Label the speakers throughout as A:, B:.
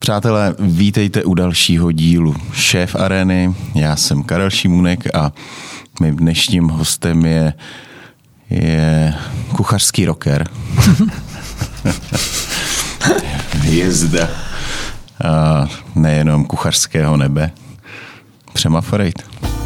A: Přátelé, vítejte u dalšího dílu Šéf Arény. Já jsem Karel Šimůnek a mým dnešním hostem je kuchařský rocker. Hvězda a nejenom kuchařského nebe. Přema Forejt.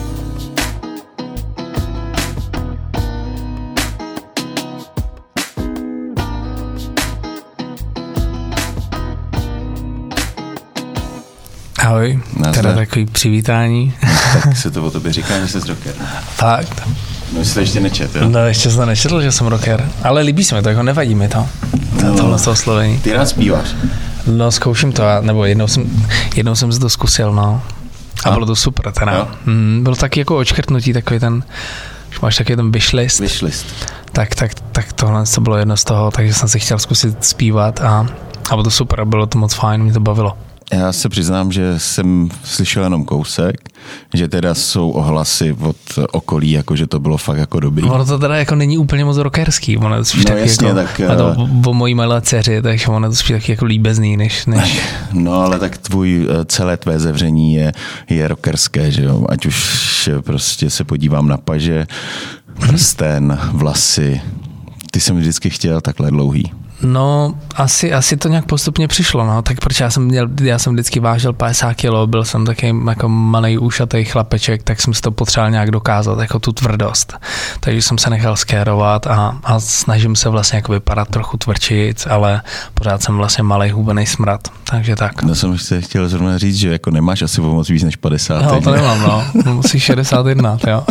B: Ahoj, teda takový přivítání.
A: Tak se to o tobě říká, že jsi rocker.
B: Fakt.
A: No jsi to ještě nečet, jo?
B: No ještě jsem nečetl, že jsem rocker, ale líbí se mi to, jako nevadí mi to. Tohle z toho slovení.
A: Ty rád zpíváš?
B: No zkouším to, nebo jednou jsem si to zkusil, no. A bylo to super teda. Bylo taky jako očkrtnutí, takový ten, už máš takový ten wishlist. Tak tohle to bylo jedno z toho, takže jsem si chtěl zkusit zpívat a bylo to super, bylo to moc fajn, mě to bavilo.
A: Já se přiznám, že jsem slyšel jenom kousek, že teda jsou ohlasy od okolí, jako že to bylo fakt jako dobrý.
B: Ono to teda jako není úplně moc rockerský, ono je spíš taky
A: jasně,
B: jako,
A: tak,
B: a to o mojí malé dceři, takže ono je to spíš taky jako líbezný, než...
A: No ale tak celé tvé zevření je rockerské, že jo, ať už prostě se podívám na paže, prsten, vlasy, ty jsem vždycky chtěl takhle dlouhý.
B: No, asi to nějak postupně přišlo, no, tak protože já jsem vždycky vážil 50 kilo, byl jsem taky jako malej úšatý chlapeček, tak jsem si to potřeboval nějak dokázat, jako tu tvrdost. Takže jsem se nechal skérovat a snažím se vlastně jako vypadat trochu tvrdšic, ale pořád jsem vlastně malej hubený smrad, takže tak.
A: No jsem se chtěl zrovna říct, že jako nemáš asi o moc víc než 50.
B: No, to nemám, no, musíš 61, jo.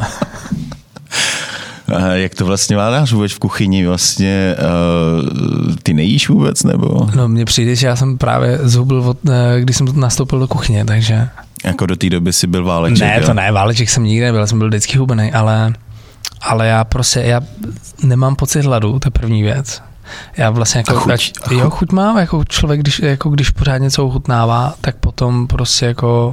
A: A jak to vlastně vládáš vůbec v kuchyni? Vlastně ty nejíš vůbec, nebo?
B: No mně přijde, že já jsem právě zhubil, když jsem nastoupil do kuchyně, takže...
A: Jako do té doby jsi byl váleček,
B: Ne, to ne, váleček jsem nikdy nebyl, jsem byl vždycky hubený, ale já nemám pocit hladu, to je první věc. Já vlastně jako... chuť mám, jako člověk, když pořád něco ochutnává, tak potom prostě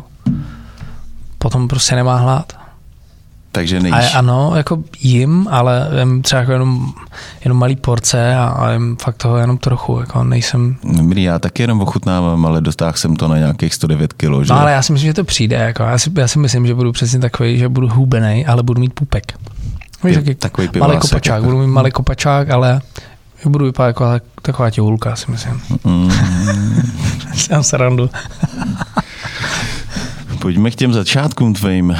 B: nemá hlad.
A: Takže nejíš.
B: Ano, jako jim, ale jim třeba jako jenom malý porce a jim fakt toho jenom trochu, jako nejsem...
A: Dobrý, já taky jenom ochutnávám, ale dotáhl jsem to na nějakých 109 kilo, že?
B: No ale já si myslím, že to přijde, jako já si myslím, že budu přesně takový, že budu hubenej, ale budu mít pupek. Víš,
A: takový
B: malý kopačák, budu mít malý kopačák, ale budu vypadat jako taková těhulka, si myslím. Jsem se randu.
A: Pojďme k těm začátkům tvým.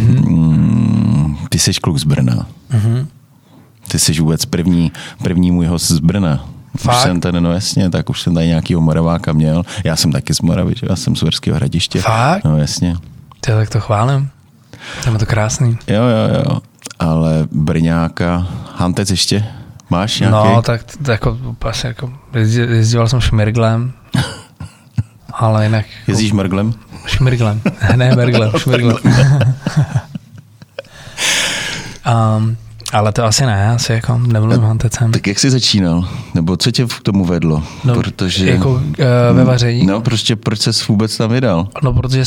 A: Ty jsi kluk z Brna. Ty jsi vůbec první můj host z Brna.
B: Fakt?
A: Už jsem tady, no jasně, tak už jsem tady nějakýho Moraváka měl. Já jsem taky z Moravy, že? Já jsem z Uherského Hradiště.
B: Fakt?
A: No jasně.
B: Tak to chválím. Tam je to krásný.
A: Jo. Ale Brňáka, Hantec ještě? Máš nějaký?
B: No, tak jako, asi jako jezdíval jsem šmirglem, ale jinak...
A: Jezdíš Merglem?
B: Šmirglem. Ne, Merglem, šmirglem. Ale to asi ne, asi jako nemluvím Hantecem.
A: Tak jak jsi začínal? Nebo co tě k tomu vedlo?
B: No,
A: protože,
B: jako ve vaření?
A: No, prostě proč ses vůbec tam vydal?
B: No, protože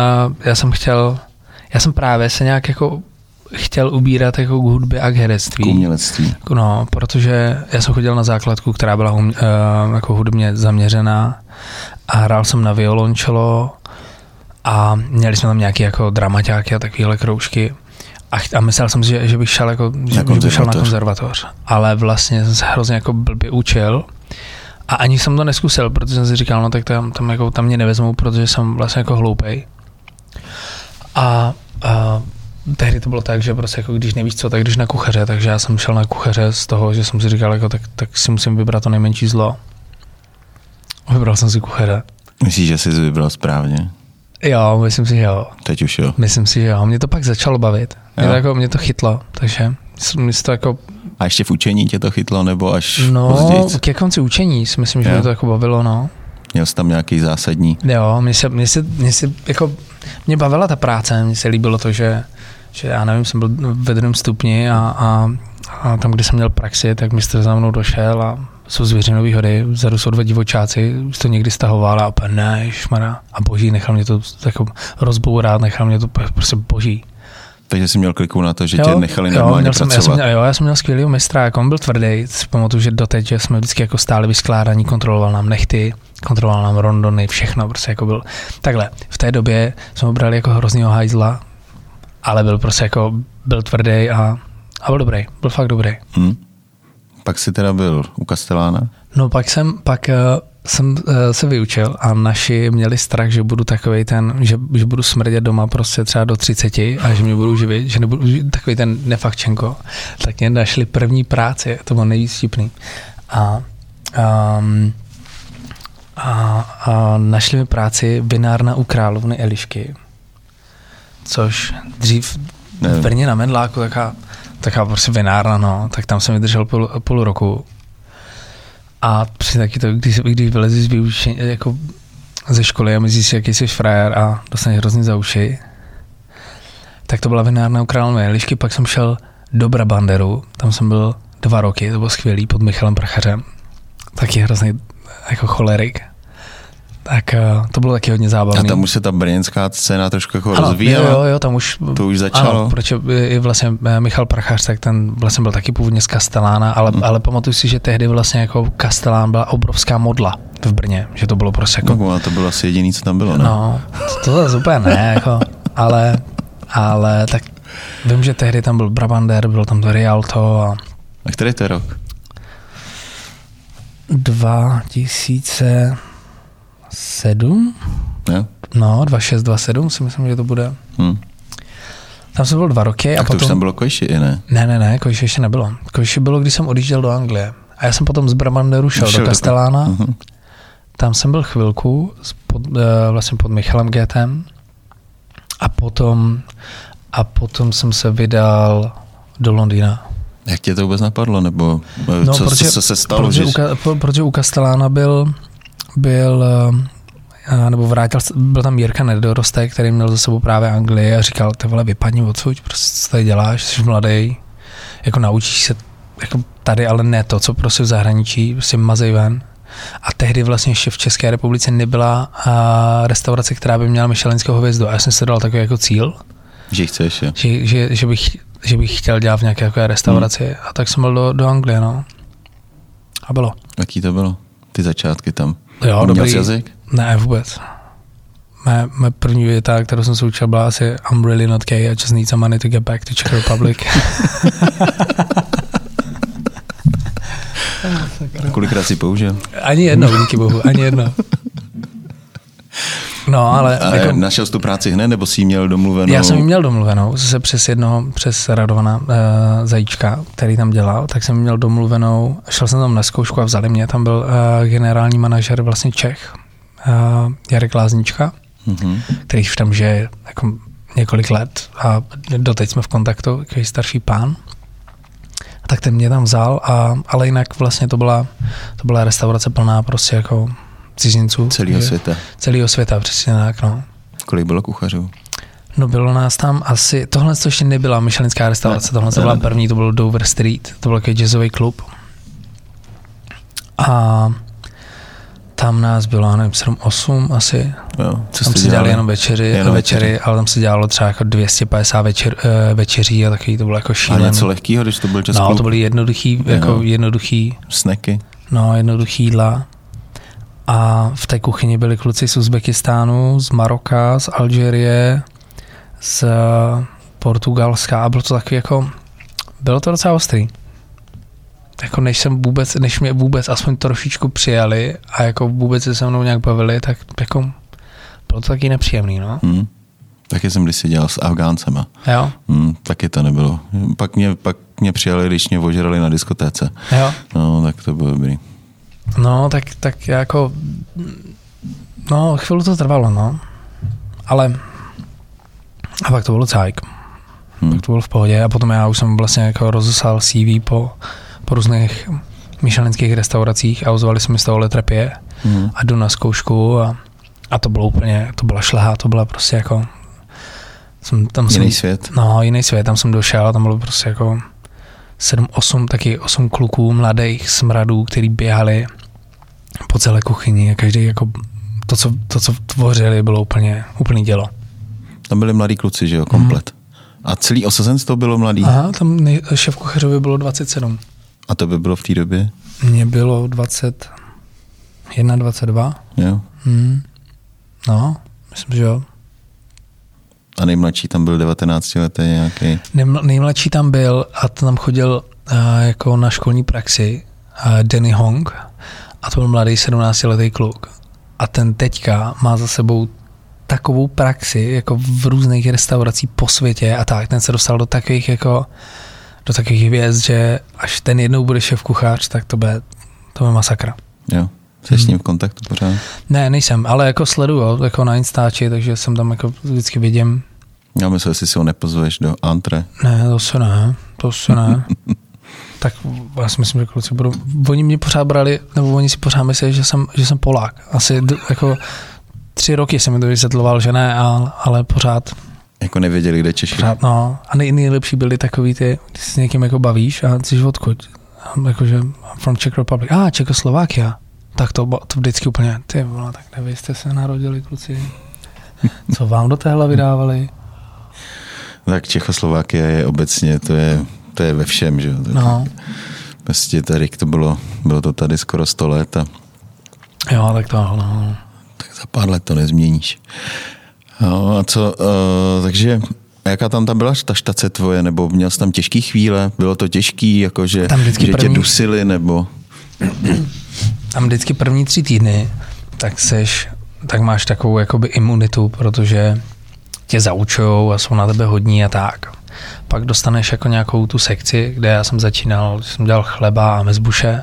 B: já jsem právě se nějak jako chtěl ubírat jako k hudbě a k herectví.
A: K umělectví.
B: No, protože já jsem chodil na základku, která byla jako hudebně zaměřená a hrál jsem na violončelo a měli jsme tam nějaké jako dramaťáky a takovéhle kroužky. A myslel jsem si, že bych šel na konzervatoř. Ale vlastně jsem se hrozně jako blbě učil a ani jsem to neskusil, protože jsem si říkal, no tak tam mě nevezmou, protože jsem vlastně jako hloupej. A tehdy to bylo tak, že prostě jako když nevíš co, tak když na kuchaře, takže já jsem šel na kuchaře z toho, že jsem si říkal, jako, tak si musím vybrat to nejmenší zlo. Vybral jsem si kuchaře.
A: Myslíš, že jsi vybral správně?
B: Jo, myslím si, že jo.
A: Teď už jo.
B: Myslím si, že jo. Mě to pak začalo bavit. Mě to chytlo, takže mi to jako...
A: A ještě v učení tě to chytlo, nebo až
B: později? No, ke konci učení si myslím, že mě to jako bavilo, no.
A: Měl jsi tam nějaký zásadní?
B: Jo, mě bavila ta práce, mně se líbilo to, že já nevím, jsem byl ve 2. stupni a tam, kde jsem měl praxi, tak mistr za mnou došel a jsou zvěřinové výhody, vzadu jsou 2 divočáci, už to někdy stahoval a opět ne, ježmara. A boží, nechal mě to jako rozbourat, nechal mě to prostě boží.
A: Takže jsi měl kliku na to, že tě nechali normálně pracovat.
B: Já jsem měl skvělýho mistra, jako on byl tvrdý. Si pamatuju, že doteď že jsme vždycky jako stáli vyskládaní, kontroloval nám nechty, kontroloval nám rondony, všechno, prostě jako byl. Takhle, v té době jsme ho brali jako hroznýho hajzla, ale byl prostě jako, byl tvrdý a byl fakt dobrý.
A: Pak jsi teda byl u Castellana?
B: No pak jsem se vyučil a naši měli strach, že budu takovej ten, že budu smrdět doma prostě třeba do 30 a že mě budou živit, že nebudu takový ten nefakčenko. Tak mě našli první práci, to bylo nejvíc vtipný. A našli mi práci vinárna u Královny Elišky, což dřív v Brně na Mendláku taková prostě vinárna, no, tak tam jsem vydržel půl roku. A při taky to, když vylezí z vyučení, jako ze školy a myslíš si, jaký jsi frajer a dostaneš hrozně za uši, tak to byla vinárna u Královny Elišky, pak jsem šel do Brabanderu, tam jsem byl 2 roky, to bylo skvělý, pod Michalem Prachařem, taky hrozný jako cholerik. Tak to bylo taky hodně zábavné.
A: A tam už se ta brněnská scéna trošku jako rozvíjela?
B: Jo, tam už...
A: To už začalo?
B: Ano, protože i vlastně Michal Prachař, tak ten vlastně byl taky původně z Castellána, ale pamatuju si, že tehdy vlastně jako Castellán byla obrovská modla v Brně, že to bylo prostě jako...
A: No, to bylo asi jediný, co tam bylo, ne?
B: No, to super, ne, jako, ale tak vím, že tehdy tam byl Brabander, byl tam to Rialto a...
A: A který to je rok?
B: 2007?
A: Jo.
B: No, 2627 si myslím, že to bude. Tam jsem byl 2 roky.
A: A potom... to už tam bylo Kojiši, ne?
B: Ne, Kojiši ještě nebylo. Kojiši bylo, když jsem odjížděl do Anglie. A já jsem potom z Brabanderu šel do Castellána. Tam jsem byl chvilku vlastně pod Michalem Gétem. A potom jsem se vydal do Londýna.
A: Jak tě to vůbec napadlo? Nebo co se stalo?
B: Protože u Castellána byl tam Jirka Nedorostek, který měl za sebou právě Anglii a říkal, ty vole, vypadni odsud, prostě co tady děláš, jsi mladý, jako naučíš se jako tady, ale ne to, co prostě v zahraničí, prostě mazej ven. A tehdy vlastně ještě v České republice nebyla restaurace, která by měla Michelininskou hvězdu. A já jsem si dal takový jako cíl,
A: že chceš,
B: že bych chtěl dělat v nějaké jako restauraci. A tak jsem byl do Anglie, no. A bylo.
A: Jaký to bylo? Ty začátky tam?
B: Jo, dobrý.
A: Jazyk?
B: Ne, vůbec. Mé první věta, kterou jsem se učil, byla asi I'm really not gay, I just need some money to get back to Czech Republic.
A: Kolikrát jsi použil?
B: Ani jednou, díky bohu, ani jednou. No, ale jako,
A: našel jsi tu práci hned, nebo jsi ji měl domluvenou?
B: Já jsem ji měl domluvenou, přes Radovana Zajíčka, který tam dělal, tak jsem měl domluvenou, šel jsem tam na zkoušku a vzali mě, tam byl generální manažer vlastně Čech, Jarek Láznička, který už tam žije jako několik let a doteď jsme v kontaktu, takový starší pán. A tak ten mě tam vzal, ale jinak vlastně to byla restaurace plná prostě jako cizinců. Celého světa, přesně tak, no.
A: Kolik bylo kuchařů?
B: No bylo nás tam asi, tohle to ještě nebyla Michelinská restaurace, tohle to byla první, to byl Dover Street, to byl takový jazzový klub. A tam nás bylo, nevím, 7-8 asi.
A: Jo,
B: tam se dělali jenom večery, ale tam se dělalo třeba jako 250 večeří a takový to bylo jako šílený.
A: A něco lehkýho, když to byl jazz klub?
B: No, to byly jednoduchý
A: snacky.
B: No, jednoduchý jídla. A v té kuchyni byli kluci z Uzbekistánu, z Maroka, z Alžírie, z Portugalska a bylo to takový jako, bylo to docela ostrý. Jako než mě vůbec aspoň trošičku přijali a jako vůbec se mnou nějak bavili, tak jako bylo to taky nepříjemný, no.
A: Taky jsem kdysi dělal s Afgáncema.
B: Jo.
A: Taky to nebylo. Pak mě přijali, když mě ožrali na diskotéce.
B: Jo.
A: No, tak to bylo dobrý.
B: No, tak jako, no, chvíli to trvalo, no. Ale, a pak to bylo cajk. Pak to bylo v pohodě a potom já už jsem vlastně jako rozeslal CV po různých michelinských restauracích a ozvali se mi z toho Letrepie a jdu na zkoušku a to bylo úplně, to byla šleha, to byla prostě jako,
A: jiný svět.
B: No, jiný svět, tam jsem došel a tam bylo prostě jako 8 kluků mladých smradů, který běhali po celé kuchyni a každý jako to, co tvořili, bylo úplný dělo.
A: Tam byli mladí kluci, že jo, komplet. A celý osazenstvo bylo mladý?
B: Aha, tam šéf kuchařovi bylo 27.
A: A to by bylo v té době?
B: Mně bylo 21, 22.
A: Jo.
B: No, myslím, že jo.
A: A nejmladší tam byl 19 letý nějaký?
B: Nejmladší tam byl a tam chodil jako na školní praxi Danny Hong a to byl mladý 17letý kluk. A ten teďka má za sebou takovou praxi jako v různých restauracích po světě a tak. Ten se dostal do takových hvězd, že až ten jednou bude šéf kuchař, tak to bude masakra.
A: Jo. Jsi s ním v kontaktu pořád? Ne,
B: nejsem, ale jako sleduju jako na Instači, takže jsem tam jako vždycky vidím.
A: Já myslím, jestli si ho nepozveš do antre.
B: Ne, to se ne. Tak já si myslím, že kluci budou, oni mě pořád brali, nebo oni si pořád myslí, že jsem Polák. Asi jako 3 roky jsem mi to vysvětloval, že ne, ale pořád.
A: Jako nevěděli, kde Češi.
B: Pořád, no. A nejlepší byli takový ty, když s někým jako bavíš a jsi odkud. Jakože from Czech Republic. Čekoslovákia. Tak to vždycky úplně, ty vole, tak nevy jste se narodili, kluci. Co vám do té hlavy dávali?
A: Tak Čechoslovákie je obecně, to je ve všem, že?
B: No.
A: Prostě tady to bylo to tady skoro 100 let a
B: jo, tak to no.
A: Tak za pár let to nezměníš. No a co, takže jaká tam byla ta štace tvoje, nebo měl jsi tam těžký chvíle? Bylo to těžký, jakože že tě dusili, nebo?
B: Tam vždycky první 3 týdny, tak máš takovou jakoby imunitu, protože tě zaučujou a jsou na tebe hodní a tak. Pak dostaneš jako nějakou tu sekci, kde já jsem začínal, jsem dělal chleba a mezbuše.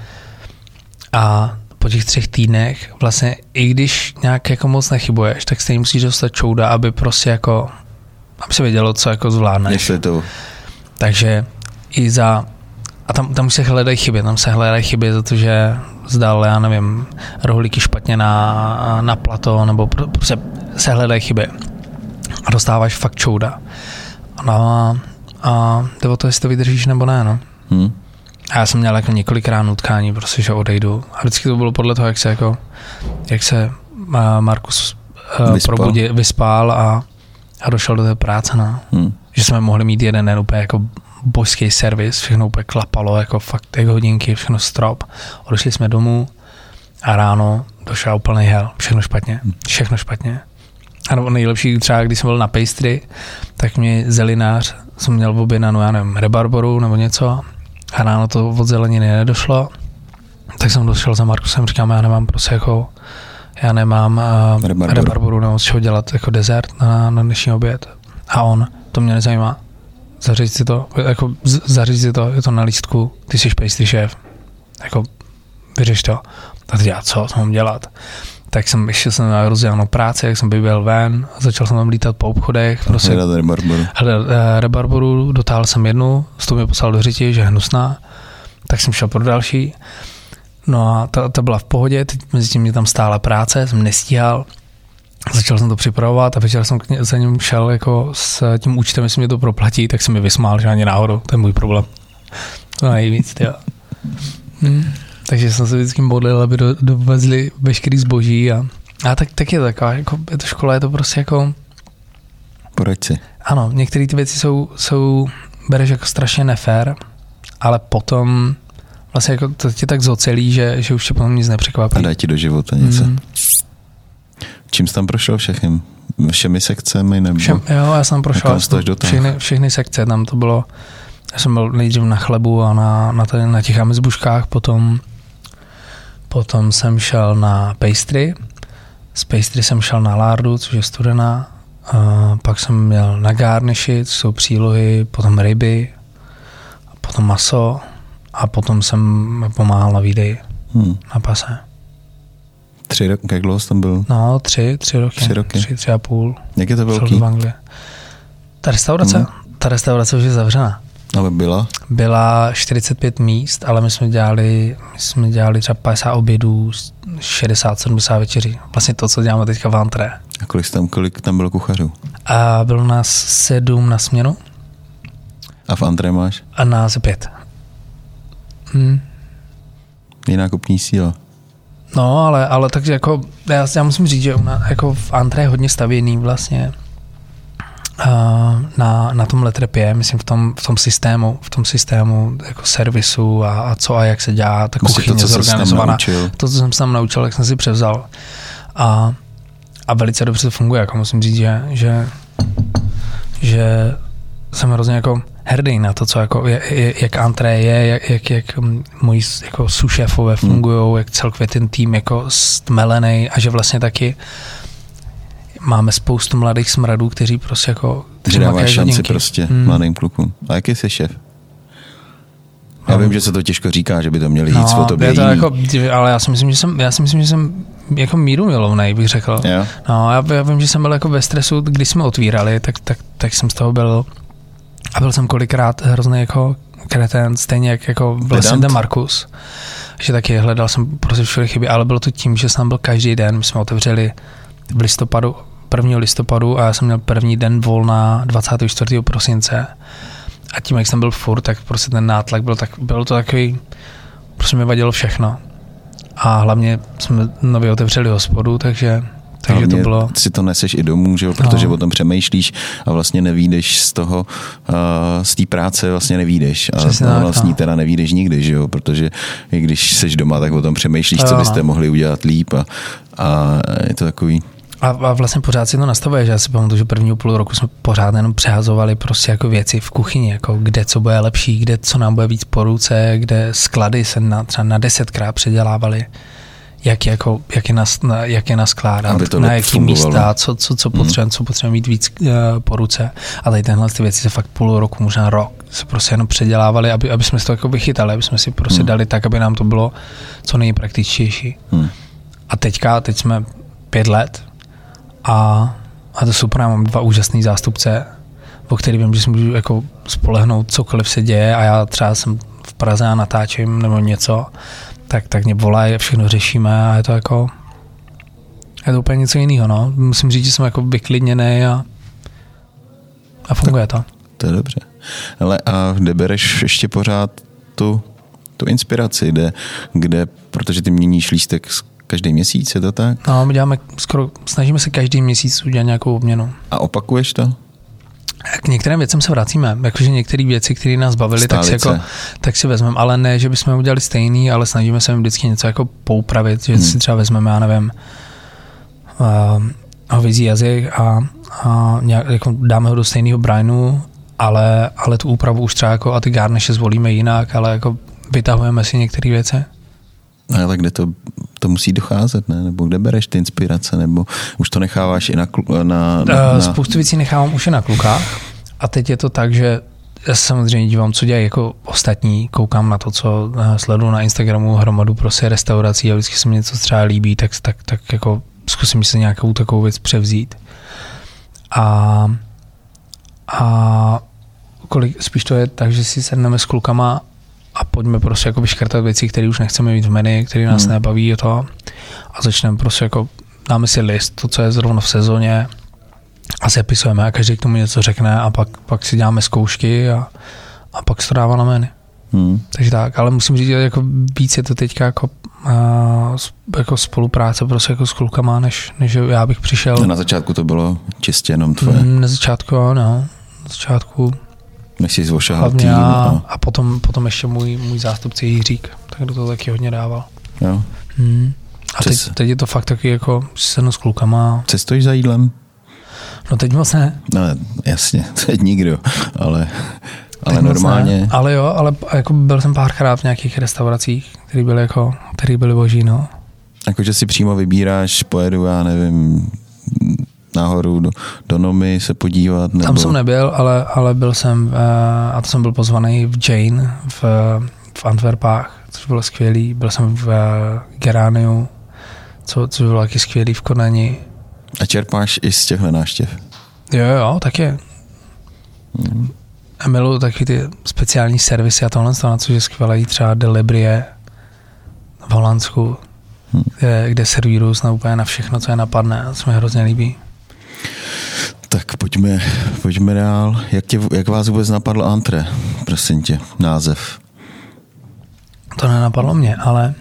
B: A po těch 3 týdnech vlastně, i když nějak jako moc nechybuješ, tak stejně musíš dostat čouda, aby prostě jako, aby se vědělo, co jako zvládneš. Takže i a tam se hledají chyby, za to, že zdal, já nevím, rohlíky špatně na plato, nebo prostě se hledají chyby. A dostáváš fakt čouda. No a jde o to, jestli to vydržíš nebo ne, no. A já jsem měl jako několikrát nutkání, prostě, že odejdu. A vždycky to bylo podle toho, jak se Markus vyspal a došel do té práce, no. Že jsme mohli mít jeden den úplně jako božský servis, všechno úplně klapalo, jako fakt jak hodinky, všechno strop. Odešli jsme domů a ráno došel úplný hell, všechno špatně. A nebo nejlepší třeba, když jsem byl na pastry, tak mě zelinář, jsem měl objednanou, já nevím, rebarboru nebo něco a ráno to od zeleniny nedošlo, tak jsem došel za Markusem, říkám, já nemám rebarboru, nebo z čeho dělat jako dezert na dnešní oběd. A on, to mě nezajímá, zaříct si to, je to na lístku, ty jsi pastry šéf, jako vyřeš to. A teď já co mám dělat? Tak jsem ještě na rozdělanou práci, jak jsem byl ven, začal jsem tam lítat po obchodech. Rebarboru, dotáhl jsem jednu, s tou mě poslal do řiti, že je hnusná, tak jsem šel pro další. No a to byla v pohodě, teď mezi tím mě tam stála práce, jsem nestíhal, začal jsem to připravovat a večer jsem za ním šel jako s tím účtem, jestli mě to proplatí, tak jsem mi vysmál, že ani náhodou, to je můj problém. To nejvíc, tyjo. Takže jsem se vždycky modlil, aby dovezli veškerý zboží a tak je to taková, jako je to škola, je to prostě jako...
A: Poraď si.
B: Ano, některé ty věci jsou bereš jako strašně nefér, ale potom vlastně jako to tě tak zocelí, že už tě potom nic nepřekvapí.
A: A dá ti do života něco. Čím jsi tam prošel všemi sekcemi? Nebo
B: já jsem prošel všechny sekce, tam to bylo, já jsem byl nejdřív na chlebu a na těch amizbuškách, potom jsem šel na pastry, z pastry jsem šel na lárdu, což je studená, pak jsem měl na garniši, což jsou přílohy, potom ryby, potom maso a potom jsem pomáhal na výdeji na pase.
A: 3 roky, jak dlouho jsi tam byl?
B: No, 3 roky. 3,5.
A: Jak je to velký?
B: Ta restaurace už je zavřena.
A: Ale byla?
B: Byla 45 míst, ale my jsme dělali třeba 50 obědů, 60-70 večeří. Vlastně to, co děláme teďka v antré.
A: A kolik tam bylo kuchařů?
B: A bylo nás 7 na směnu.
A: A v antré máš?
B: A nás 5.
A: Jiná kupní síla.
B: No, ale takže jako, já musím říct, že jako v antré je hodně stavěný vlastně. na tom letrepě, myslím v tom systému jako servisu a co a jak se dělá, ta kuchyně zorganizovaná. To, co jsem se tam naučil, jak jsem si převzal. A velice dobře to funguje, jako musím říct, že jsem hrozně jako hrdý na to, co jako, jak antré je, jak moji jako sušéfové fungujou, jak celkově ten tým jako stmelený a že vlastně taky máme spoustu mladých smradů, kteří prostě jako
A: dávají šanci prostě mladým klukům. A jaký jsi šéf? Já vím, že se to těžko říká, že by to měli říct o tobě jiný.
B: Jako, ale já si myslím, že jsem jako míru milovnej, bych řekl.
A: Jo.
B: No, já vím, že jsem byl jako ve stresu, když jsme otvírali, tak jsem z toho byl a byl jsem kolikrát hrozný jako kretén, stejně jako vlastně ten Markus, že taky hledal jsem prostě všude chyby, ale bylo to tím, že jsem byl každý den, my jsme otevřeli v listopadu, 1. listopadu a já jsem měl první den volna 24. prosince a tím, jak jsem byl furt, tak prostě ten nátlak bylo to takový, prostě mi vadilo všechno. A hlavně jsme nově otevřeli hospodu, takže to bylo...
A: si to neseš i domů, že jo? Protože o tom přemýšlíš a vlastně nevídeš z toho, z té práce vlastně nevídeš. A vlastně teda nevídeš nikdy, že jo? Protože i když seš doma, tak o tom přemýšlíš, co byste mohli udělat líp a je to takový...
B: A vlastně pořád si to nastavuje, že já si pamatuju, že prvního půl roku jsme pořád jenom přehazovali prostě jako věci v kuchyni, jako kde co bude lepší, kde co nám bude víc po ruce, kde sklady se třeba na 10krát předělávaly, jak je naskládat, na jaký místa, co potřebujeme mít víc po ruce. A tady tenhle ty věci se fakt půl roku, možná rok, se prostě jenom předělávali, aby jsme si to jako vychytali, aby jsme si prostě dali tak, aby nám to bylo co nejpraktičtější. A teď jsme 5 let, a to super, já mám 2 úžasný zástupce, o kterých vím, že si můžu jako spolehnout, cokoliv se děje a já třeba jsem v Praze a natáčím nebo něco, tak mě volají a všechno řešíme a je to úplně něco jiného, no. Musím říct, že jsem jako vyklidněný a funguje to.
A: To je dobře. Ale a kde bereš ještě pořád tu inspiraci, kde, protože ty měníš lístek každý měsíc, je to tak?
B: No, my snažíme se každý měsíc udělat nějakou obměnu.
A: A opakuješ to?
B: K některým věcem se vracíme, jakože některé věci, které nás bavily, tak si vezmeme, ale ne, že bychom udělali stejný, ale snažíme se vždycky něco jako poupravit, že si třeba vezmeme, já nevím, hovězí jazyk a nějak, jako dáme ho do stejného brinu, ale tu úpravu už třeba jako a ty garniše zvolíme jinak, ale jako vytahujeme si některé věci.
A: Ale kde to musí docházet, ne? Nebo kde bereš ty inspirace? Nebo už to necháváš i na...
B: Spoustu věcí nechávám už i na klukách. A teď je to tak, že já se samozřejmě dívám, co dělají jako ostatní. Koukám na to, co sleduju na Instagramu, hromadu prostě restaurací a vždycky se mi něco třeba líbí, tak jako zkusím si nějakou takovou věc převzít. A spíš to je tak, že si sedneme s klukama a pojďme prostě jako vyškrtat věci, které už nechceme mít v menu, které nás nebaví a začneme prostě jako, dáme si list, to, co je zrovna v sezóně a sepisujeme a každý k tomu něco řekne a pak si děláme zkoušky a pak se to dává na menu. Takže tak, ale musím říct, že jako víc je to teďka jako spolupráce prostě jako s klukama, než já bych přišel.
A: Na začátku to bylo čistě jenom tvoje?
B: Na začátku, no. Na začátku
A: než jsi zvošahal tým.
B: A potom ještě můj zástupce Jiřík, tak do toho taky hodně dával.
A: Jo.
B: A teď je to fakt taky jako sednu s klukama.
A: Cestojíš za jídlem?
B: No teď moc ne.
A: No jasně, teď nikdo, ale normálně.
B: Ale jo, ale jako byl jsem párkrát v nějakých restauracích, které byly boží, no.
A: Jakože si přímo vybíráš, pojedu, já nevím, nahoru do Nomy se podívat? Nebo...
B: Tam jsem nebyl, ale byl jsem, a to jsem byl pozvaný v Jane v Antwerpách, což bylo skvělý. Byl jsem v Gerániu, což bylo taky skvělý v Konani.
A: A čerpáš i z těchto návštěv?
B: Jo, taky. A miluji taky ty speciální servisy a tohle, na což je skvělé, třeba Delibrie v Holandsku, kde servírují úplně na všechno, co je napadne. To se mi hrozně líbí.
A: Tak pojďme dál. Jak vás vůbec napadl Antré, prosím tě, název?
B: To nenapadlo mě, ale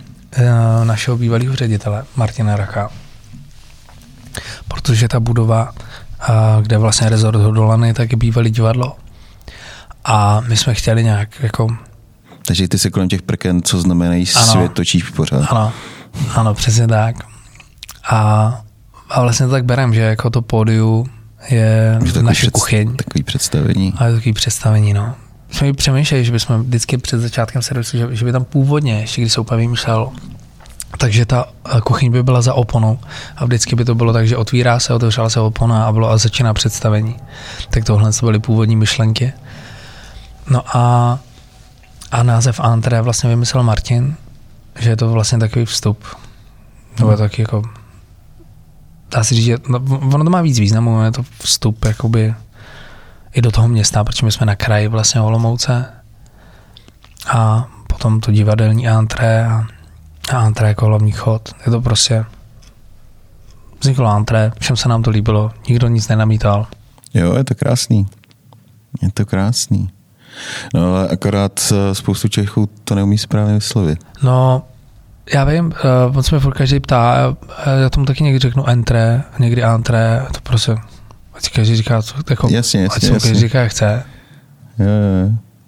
B: našeho bývalého ředitele Martina Racha. Protože ta budova kde vlastně rezort Hodolany, tak je bývalý divadlo. A my jsme chtěli nějak jako...
A: Takže ty se kolem těch prken, co znamenají svět, točíš pořád.
B: Ano, přesně tak. A vlastně to tak berem, že jako to pódium je naše kuchyň.
A: Takový představení.
B: A je takový představení, no. Jsme mi přemýšleli, že bychom vždycky před začátkem servisu, že by tam původně, ještě když se úplně vymýšlel, takže ta kuchyň by byla za oponou a vždycky by to bylo tak, že otevřela se opona a začíná představení. Tak tohle byly původní myšlenky. No a název Antré vlastně vymyslel Martin, že je to vlastně takový vstup. To je taky jako, dá se říct, že ono to má víc významu, je to vstup jakoby i do toho města, protože my jsme na kraji vlastně Olomouce a potom to divadelní Antré a Antré jako hlavní chod. Je to prostě vzniklo Antré, všem se nám to líbilo, nikdo nic nenamítal.
A: Jo, je to krásný. Je to krásný. No ale akorát spoustu Čechů to neumí správně vyslovit.
B: No, já vím, on se mě furt každý ptá, já tomu taky někdy řeknu entré, někdy antré, to prostě, ať každý říká, co, jako,
A: jasně.
B: každý říká, jak chce.
A: Jo.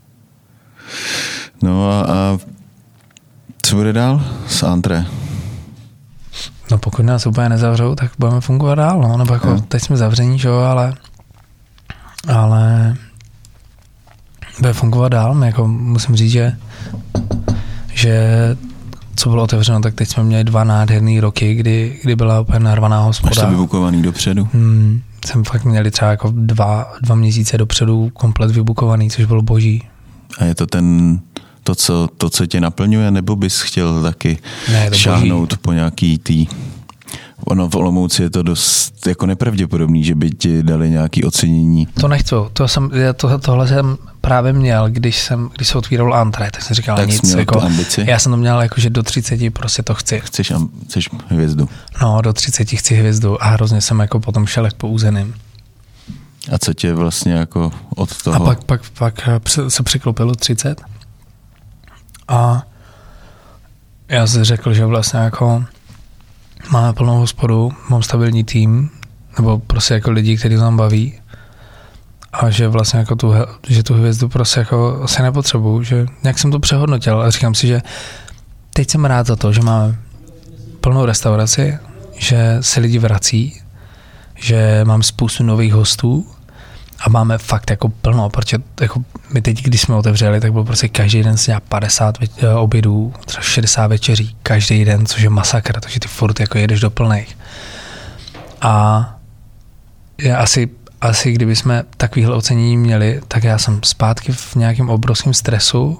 A: No a co bude dál s Antré?
B: No pokud nás úplně nezavřou, tak budeme fungovat dál, no, nebo jako teď jsme zavření, že jo, ale bude fungovat dál, jako musím říct, že co bylo otevřeno, tak teď jsme měli 2 nádherný roky, kdy byla úplně narvaná hospoda.
A: Máš to vybukovaný dopředu?
B: Jsem fakt měli třeba jako 2 měsíce dopředu komplet vybukovaný, což bylo boží. A
A: je to to, co tě naplňuje, nebo bys chtěl taky šáhnout boží po nějaký Ono v Olomouci je to dost jako nepravděpodobný, že by ti dali nějaké ocenění.
B: To nechci. Tohle jsem právě měl, když se otvíral Antré, tak jsem říkal
A: tak
B: nic.
A: Jako, ambici?
B: Já jsem to měl jako, že do 30 prostě to chci.
A: Chceš hvězdu?
B: No, do 30 chci hvězdu a hrozně jsem jako potom šel jak po úzeným.
A: A co tě vlastně jako od toho?
B: A pak se přiklopilo 30 a já si řekl, že vlastně jako máme plnou hospodu, mám stabilní tým, nebo prostě jako lidi, kteří nám baví a že vlastně jako tu hvězdu prostě jako asi nepotřebuju, že nějak jsem to přehodnotil a říkám si, že teď jsem rád za to, že máme plnou restauraci, že se lidi vrací, že mám spoustu nových hostů a máme fakt jako plno, protože jako my teď, když jsme otevřeli, tak byl prostě každý den se dělá 50 obědů, třeba 60 večeří, každý den, což je masakr, takže ty furt jako jedeš do plných. A já asi kdyby jsme takovýhle ocenění měli, tak já jsem zpátky v nějakém obrovském stresu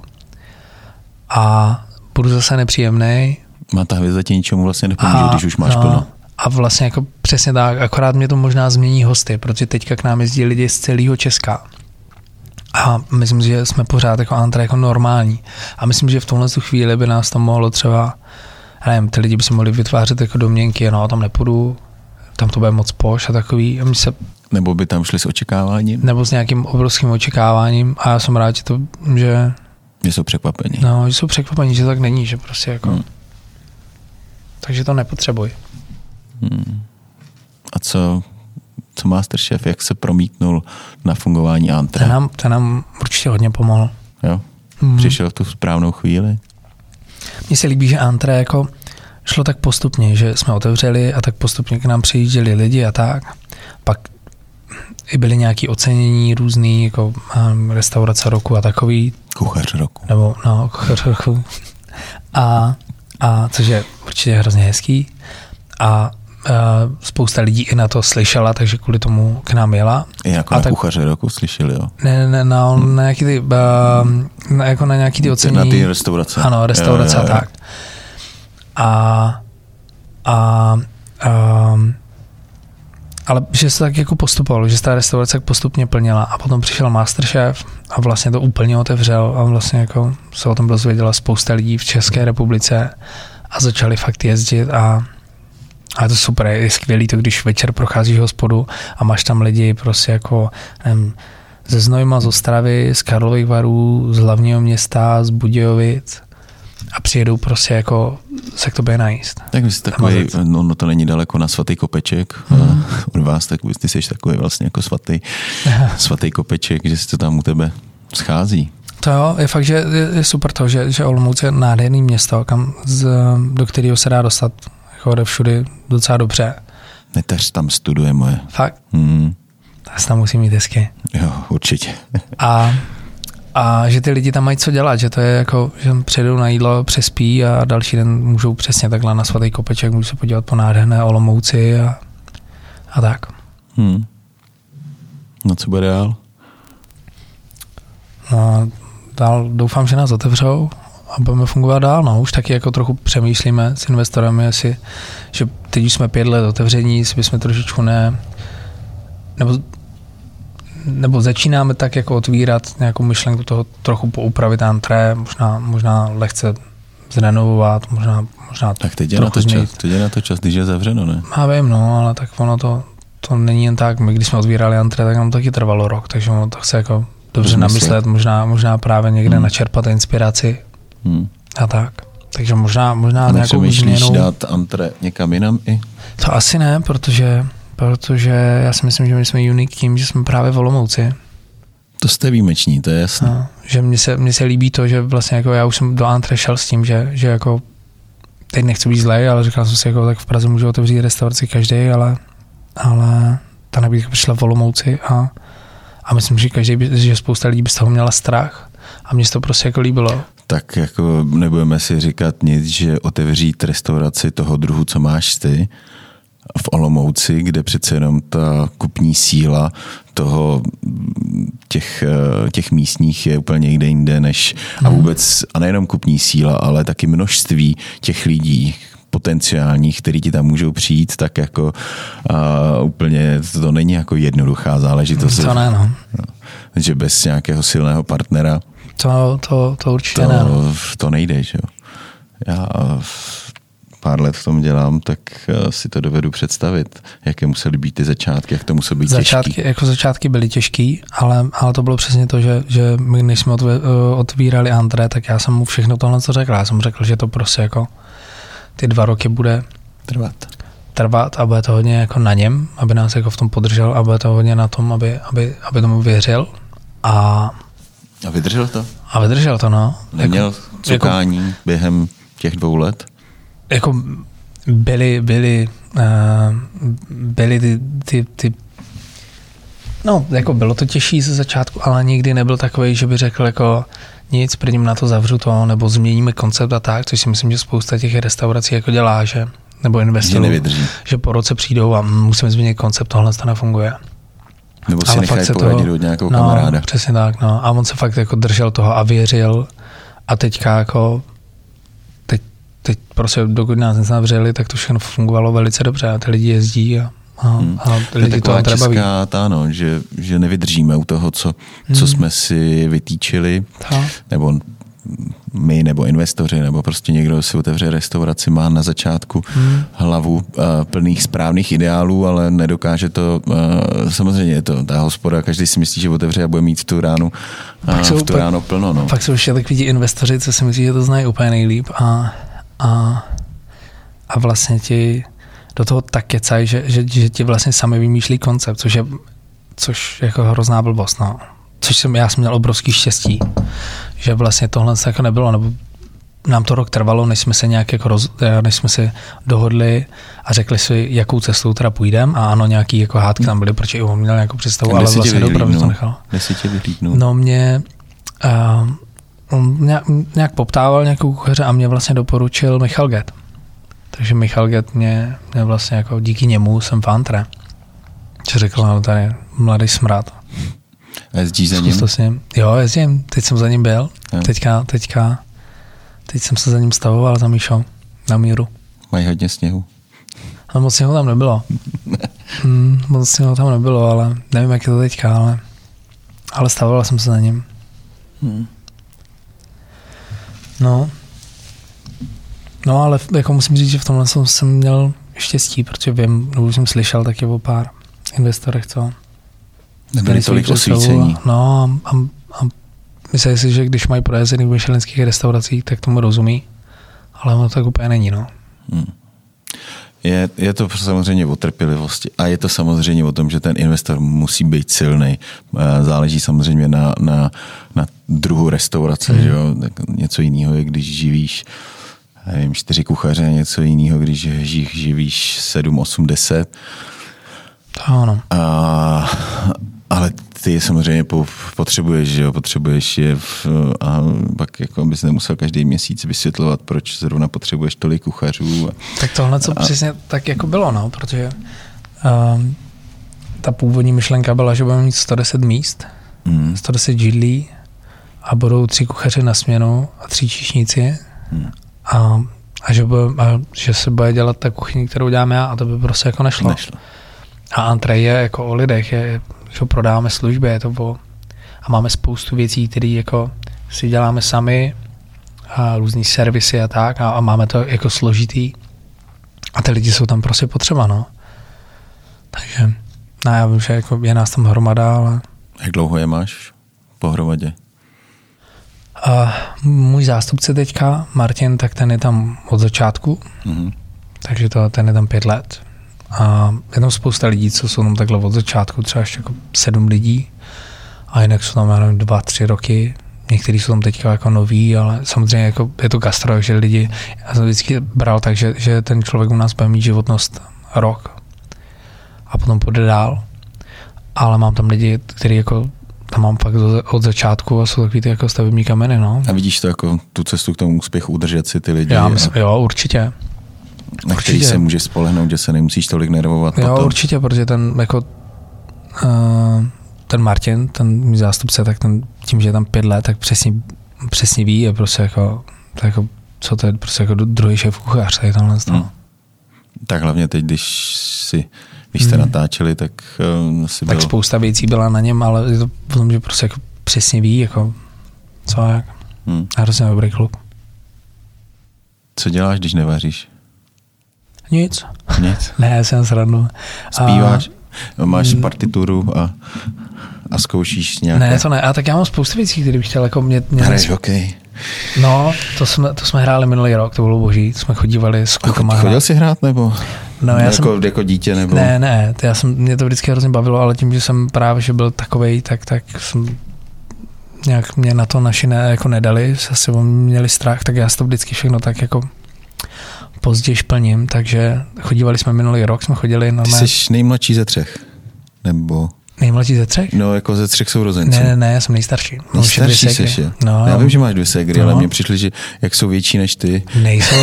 B: a budu zase nepříjemnej.
A: Má ta hvězda ti ničemu vlastně nepomůže, když už máš plno.
B: A vlastně jako přesně tak, akorát mě to možná změní hosty, protože teďka k nám jezdí lidi z celého Česka. A myslím, že jsme pořád jako Antré jako normální. A myslím, že v tomhle chvíli by nás to mohlo třeba, nevím, ty lidi by si mohli vytvářet jako domněnky, no tam nepůjdu, tam to bude moc poš a takový. A
A: nebo by tam šli s očekáváním?
B: Nebo s nějakým obrovským očekáváním a já jsem rád, že
A: jsou překvapení.
B: No, že jsou překvapení, že tak není, že prostě jako takže to nepotřebuj.
A: A co Masterchef, jak se promítnul na fungování Antré?
B: Ten nám určitě hodně pomohl.
A: Jo? Přišel v tu správnou chvíli?
B: Mně se líbí, že Antré jako šlo tak postupně, že jsme otevřeli a tak postupně k nám přijížděli lidi a tak. Pak i byly nějaké ocenění různý, jako restaurace roku a takový.
A: Kuchař roku.
B: Nebo kuchař roku. A což je určitě hrozně hezký. A spousta lidí i na to slyšela, takže kvůli tomu k nám jela.
A: I jako a na kuchaře roku slyšeli, jo?
B: Ne, na nějaký ty, jako na nějaký ty ocenění.
A: Na ty restaurace.
B: Ano, restaurace a tak. Ale že se tak jako postupovalo, že se ta restaurace postupně plnila a potom přišel Masterchef a vlastně to úplně otevřel a vlastně jako se o tom dozvěděla spousta lidí v České republice a začali fakt jezdit a je to super, je skvělý to, když večer procházíš hospodu a máš tam lidi prostě jako nevím, ze Znojma, z Ostravy, z Karlových Varů, z hlavního města, z Budějovic a přijedou prostě jako se k tobě najíst.
A: Tak vy jste takový, no to není daleko na Svatý Kopeček, vás, tak ty jsi takový vlastně jako svatý kopeček, že se to tam u tebe schází.
B: To jo, je fakt, že je super to, že Olomouc je nádherný město, do kterého se dá dostat jako odevšudy docela dobře.
A: Neteř tam studuje moje.
B: Fakt? Tak tam musí mít hezky.
A: Jo, určitě.
B: A že ty lidi tam mají co dělat, že to je jako, že přijdou na jídlo, přespí a další den můžou přesně takhle na svatý kopeček, můžou se podívat po nádherné Olomouci a tak.
A: No co bude dál?
B: No, dál doufám, že nás otevřou a budeme fungovat dál. No, už taky jako trochu přemýšlíme s investorem, že teď už jsme 5 let otevření, jestli bychom trošičku nebo začínáme tak jako otvírat nějakou myšlenku toho trochu poupravit antré, možná lehce zrenovovat, možná
A: tak teď je na to čas, když je zavřeno, ne?
B: Já vím, no, ale tak ono to není jen tak. My když jsme otvírali antré, tak nám taky trvalo rok, takže ono to chce jako dobře namyslet, možná právě někde načerpat inspiraci a tak. Takže možná nějakou změnu.
A: Dát antré někam jinam i?
B: To asi ne, protože já si myslím, že my jsme unique tím, že jsme právě v Olomouci.
A: To jste výjimeční, to je jasné.
B: No, že mně se líbí to, že vlastně jako já už jsem do antré šel s tím, že jako teď nechci být zlej, ale říkal jsem si, jako tak v Praze můžu otevřít restauraci každý, ale ta nabídka přišla v Olomouci a myslím, že spousta lidí by z toho měla strach a mně se to prostě jako líbilo.
A: Tak jako nebudeme si říkat nic, že otevřít restauraci toho druhu, co máš ty, v Olomouci, kde přece jenom ta kupní síla těch místních je úplně někde jinde než a vůbec, a nejenom kupní síla, ale taky množství těch lidí potenciálních, který ti tam můžou přijít, tak jako úplně to není jako jednoduchá záležitost.
B: To ne, no.
A: Že bez nějakého silného partnera
B: to určitě ne.
A: To nejde, že jo. Já pár let v tom dělám, tak si to dovedu představit, jaké musely být ty začátky, jak to muselo být těžký.
B: Začátky byly těžký, ale to bylo přesně to, že my, když jsme otvírali antré, tak já jsem mu všechno tohle co řekl. Já jsem řekl, že to prostě jako ty 2 roky bude trvat a bude to hodně jako na něm, aby nás jako v tom podržel a bude to hodně na tom, aby tomu věřil. A
A: vydržel to?
B: A vydržel to, no.
A: Neměl cukání během těch 2 let?
B: Jako byly ty no, jako bylo to těžší ze začátku, ale nikdy nebyl takovej, že by řekl jako nic, prvním na to zavřu to, nebo změníme koncept a tak, což si myslím, že spousta těch restaurací jako dělá, že nebo investorů, že po roce přijdou a musíme změnit koncept, tohle to nefunguje.
A: Nebo si nechají poradit od nějakou kamaráda.
B: Přesně tak, no. A on se fakt jako držel toho a věřil a teďka jako teď prostě dokud nás nezavřeli, tak to všechno fungovalo velice dobře a ty lidi jezdí a lidi to třeba baví.
A: Táno, že nevydržíme u toho, co jsme si vytýčili, nebo my, nebo investoři, nebo prostě někdo si otevře restauraci, má na začátku hlavu plných správných ideálů, ale nedokáže to, samozřejmě je to ta hospoda, každý si myslí, že otevře a bude mít v tu ráno plno. No.
B: Fakt jsou ještě takový investoři, co si myslí, že to znají úplně nejlíp a vlastně ti do toho tak kecají, že ti vlastně sami vymýšlí koncept, což jako hrozná blbost, no. Já jsem měl obrovský štěstí, že vlastně tohle jako nebylo, nebo nám to rok trvalo, než jsme se nějak jako než jsme si dohodli a řekli si, jakou cestou teda půjdeme a ano, nějaký jako hádky tam byly, protože on měl nějakou představu, ale vlastně dopravdu to nechal. No mě on nějak poptával nějakou kuchaře a mě vlastně doporučil Michal Get. Takže Michal Get mě vlastně jako díky němu jsem v antré. Co řekl, ale tady mladý smrad.
A: A jezdíš za ním?
B: Jo, jezdím. Teď jsem za ním byl. Teď jsem se za ním stavoval za Míšou na míru.
A: Mají hodně sněhu.
B: No, moc sněhu tam nebylo. Moc sněhu tam nebylo, ale nevím, jak je to teďka, ale stavoval jsem se za ním. No, ale jako musím říct, že v tomhle jsem měl štěstí, protože vím, už jsem slyšel taky o pár investorech, co
A: nebyly tolik osvícení.
B: No a myslím si, že když mají projezený v michelinských restauracích, tak tomu rozumí, ale ono tak úplně není, no.
A: Je to samozřejmě o trpělivosti a je to samozřejmě o tom, že ten investor musí být silný. Záleží samozřejmě na druhu restaurace. Že jo? Tak něco jiného je, když živíš 4 kuchaře, něco jiného, když živíš 7, 8, 10.
B: Ano.
A: Ale ty samozřejmě potřebuješ, že jo? Potřebuješ je a pak jako bys nemusel každý měsíc vysvětlovat, proč zrovna potřebuješ tolik kuchařů.
B: Tak tohle, co přesně tak jako bylo, no, protože ta původní myšlenka byla, že budeme mít 110 míst, 110 židlí a budou 3 kuchaři na směnu a 3 číšníci a že se bude dělat ta kuchyň, kterou děláme já, a to by prostě jako nešlo. A antré je jako o lidech, že prodáváme služby, je to a máme spoustu věcí, které jako si děláme sami, a různý servisy a tak, a máme to jako složitý a ty lidi jsou tam prostě potřeba, no. Takže, já vím, že jako je nás tam hromada, ale...
A: Jak dlouho je máš pohromadě?
B: Můj zástupce teďka, Martin, tak ten je tam od začátku, takže ten je tam 5 let. A je tam spousta lidí, co jsou tam takhle od začátku, třeba ještě jako 7 lidí a jinak jsou tam, já nevím, 2-3 roky. Někteří jsou tam teďka jako noví, ale samozřejmě jako je to gastro, že lidi, já jsem vždycky bral tak, že ten člověk u nás bude mít životnost rok a potom půjde dál. Ale mám tam lidi, kteří jako tam mám fakt od začátku a jsou takový ty jako stavební kameny, no.
A: A vidíš to jako tu cestu k tomu úspěchu, udržet si ty lidi?
B: Já myslím, jo, určitě.
A: Na který se můžeš spolehnout, že se nemusíš tolik nervovat.
B: Jo,
A: potom.
B: určitě, protože ten jako ten Martin, ten můj zástupce, tak ten tím, že je tam 5 let, tak přesně ví, je prostě jako co to je prostě jako druhý šéf kuchař, tady tamhle stalo.
A: Tak hlavně teď, když jste natáčeli, tak si
B: tak spousta věcí byla na něm, ale je to v tom, že prostě jako přesně ví, jako co a jak. A hrozně dobrý kluk.
A: Co děláš, když nevaříš?
B: Nic.
A: Nic?
B: Ne, jsem srandu.
A: Zpíváš? Máš partituru a zkoušíš nějaké?
B: Ne, to ne. A tak já mám spoustu věcí, které bych chtěl jako mě
A: hraješ hokej?
B: No, to jsme hráli minulý rok, to bylo boží. Jsme chodívali s klukama.
A: Chodil jsi hrát, nebo?
B: No, já
A: jako dítě, nebo?
B: Ne, mě to vždycky hrozně bavilo, ale tím, že jsem právě že byl takovej, tak jsem nějak mě na to naši jako nedali, se měli strach, tak já si to vždycky všechno tak jako později plním, takže chodívali jsme minulý rok, jsme chodili na... Ty
A: jsi nejmladší ze 3, nebo...
B: Nejmladší ze 3?
A: No, jako ze 3 sourozenců.
B: Ne, já jsem nejstarší.
A: Nejstarší jsi je.
B: No,
A: já vím, že máš 2 ségry, ale mně přišli, že jak jsou větší než ty.
B: Nejsou.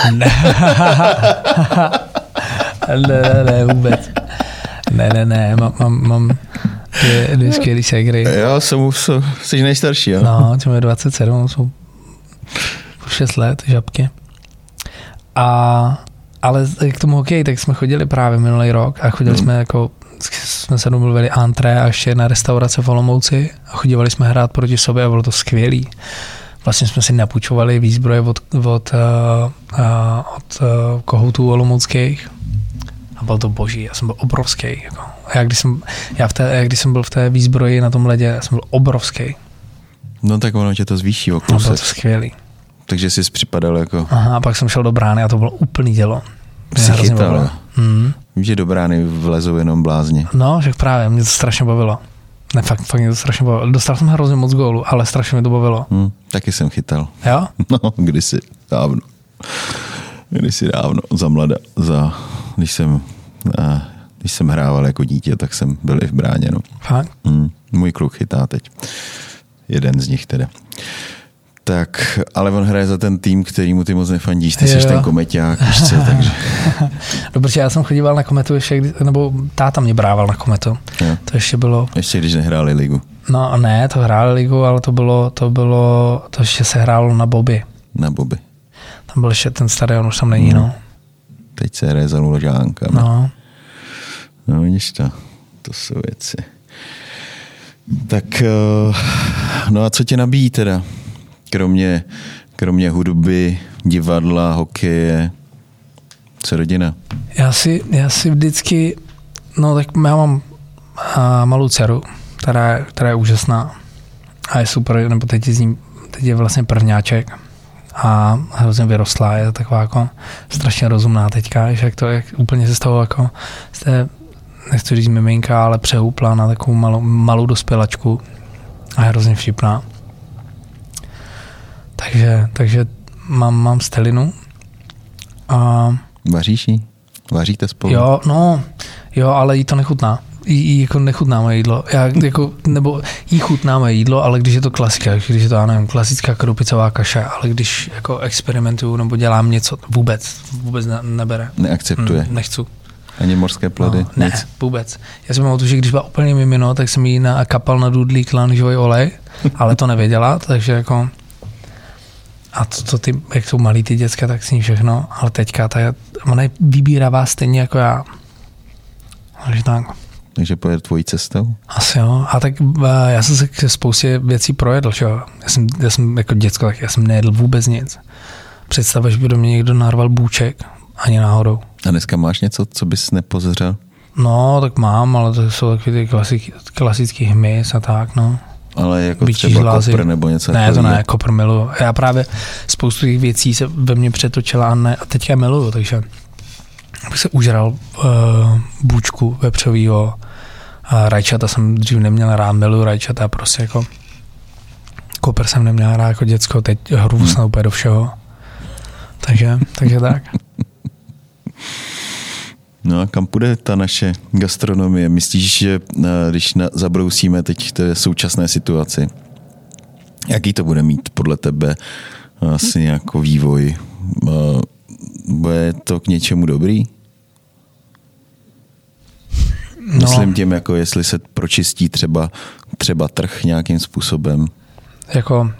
B: ne, vůbec. Ne, mám 2 skvělý ségry.
A: Jo, jsi nejstarší, jo?
B: No, tím je 27, jsou 6 let, žabky. Ale k tomu hokeji, tak jsme chodili právě minulý rok a chodili jsme se domluvili antré a ještě na restaurace v Olomouci a chodívali jsme hrát proti sobě a bylo to skvělý. Vlastně jsme si napůjčovali výzbroje od kohoutů olomouckých a bylo to boží, já jsem byl obrovský. Jako. Když jsem byl v té výzbroji na tom ledě, já jsem byl obrovský.
A: No tak ono tě to zvýší o
B: No,
A: kusek.
B: bylo to skvělý.
A: Takže jsi připadal jako...
B: Aha, a pak jsem šel do brány a to bylo úplný dělo.
A: Jsi chytal. Vím, že do brány vlezou jenom blázni.
B: No, že právě, mě to strašně bavilo. Ne, fakt mě to strašně bavilo. Dostal jsem hrozně moc gólů, ale strašně mě to bavilo.
A: Taky jsem chytal.
B: Jo?
A: No, kdysi dávno, za mlada, když jsem hrával jako dítě, tak jsem byl i v bráně. No.
B: Fakt?
A: Můj kluk chytá teď. Jeden z nich teda. Tak, ale on hraje za ten tým, kterýmu ty moc nefandíš, ty jsi ten komeťák, víš co, takže...
B: Dobře, já jsem chodíval na Kometu ještě, nebo táta mě brával na Kometu. Jo. To ještě bylo...
A: Ještě když nehráli ligu.
B: No ne, to hráli ligu, ale to ještě se hrálo na Bobby.
A: Na Bobby.
B: Tam byl ještě ten stadion, už tam není, no.
A: Teď se hraje za Lužánkami.
B: No.
A: No vidíš to jsou věci. Tak, no a co tě nabíjí teda? Kromě hudby, divadla, hokeje, co rodina? Já
B: si vždycky, no tak já mám malou dceru, která je úžasná a je super, nebo teď je vlastně prvňáček a hrozně vyrostlá, je taková jako strašně rozumná teďka, že jak úplně se z toho jako, nechci říct miminka, ale přehoupla na takovou malou dospělačku a je hrozně vtipná. Takže mám Stelinu a...
A: Vaříš jí? Vaříte spolu?
B: Jo, ale jí to nechutná. Jí jako nechutná moje jídlo. Nebo jí chutná moje jídlo, ale když je to klasika, když je to, já nevím, klasická krupicová kaše, ale když jako experimentuju nebo dělám něco, vůbec nebere.
A: Neakceptuje.
B: Nechci.
A: Ani morské plody?
B: No, ne, vůbec. Já si pamatuju, že když byla úplně mimino, tak jsem jí kapal na dudlík lanžový olej, ale to nevěděla, takže jako... A to ty, jak jsou malí ty děcka, tak s ní všechno, ale teďka ona je vybíravá stejně jako já. Takže tak.
A: Takže pojede tvojí cestou?
B: Asi jo. A tak já jsem se k spoustě věcí projedl, že jo. Já jsem jako děcko, tak já jsem nejedl vůbec nic. Představa, že by do mě někdo narval bůček, ani náhodou.
A: A dneska máš něco, co bys nepozřel?
B: No, tak mám, ale to jsou takový ty klasický hmyz a tak, no.
A: Ale jako bičí třeba žlázy. Kopr nebo něco?
B: Ne, to ne, kopr miluju. Já právě spoustu těch věcí se ve mně přetočila a teďka miluju, takže bych se užral bůčku vepřovýho. Rajčata jsem dřív neměl rád, miluju rajčata, prostě jako kopr jsem neměl rád jako děcko, teď hru snad úplně do všeho. Takže tak.
A: No a kam půjde ta naše gastronomie? Myslíš, že když zabrousíme teď té současné situaci, jaký to bude mít podle tebe asi nějaký vývoj? Bude to k něčemu dobrý? No. Myslím tím, jako jestli se pročistí třeba trh nějakým způsobem.
B: Jako,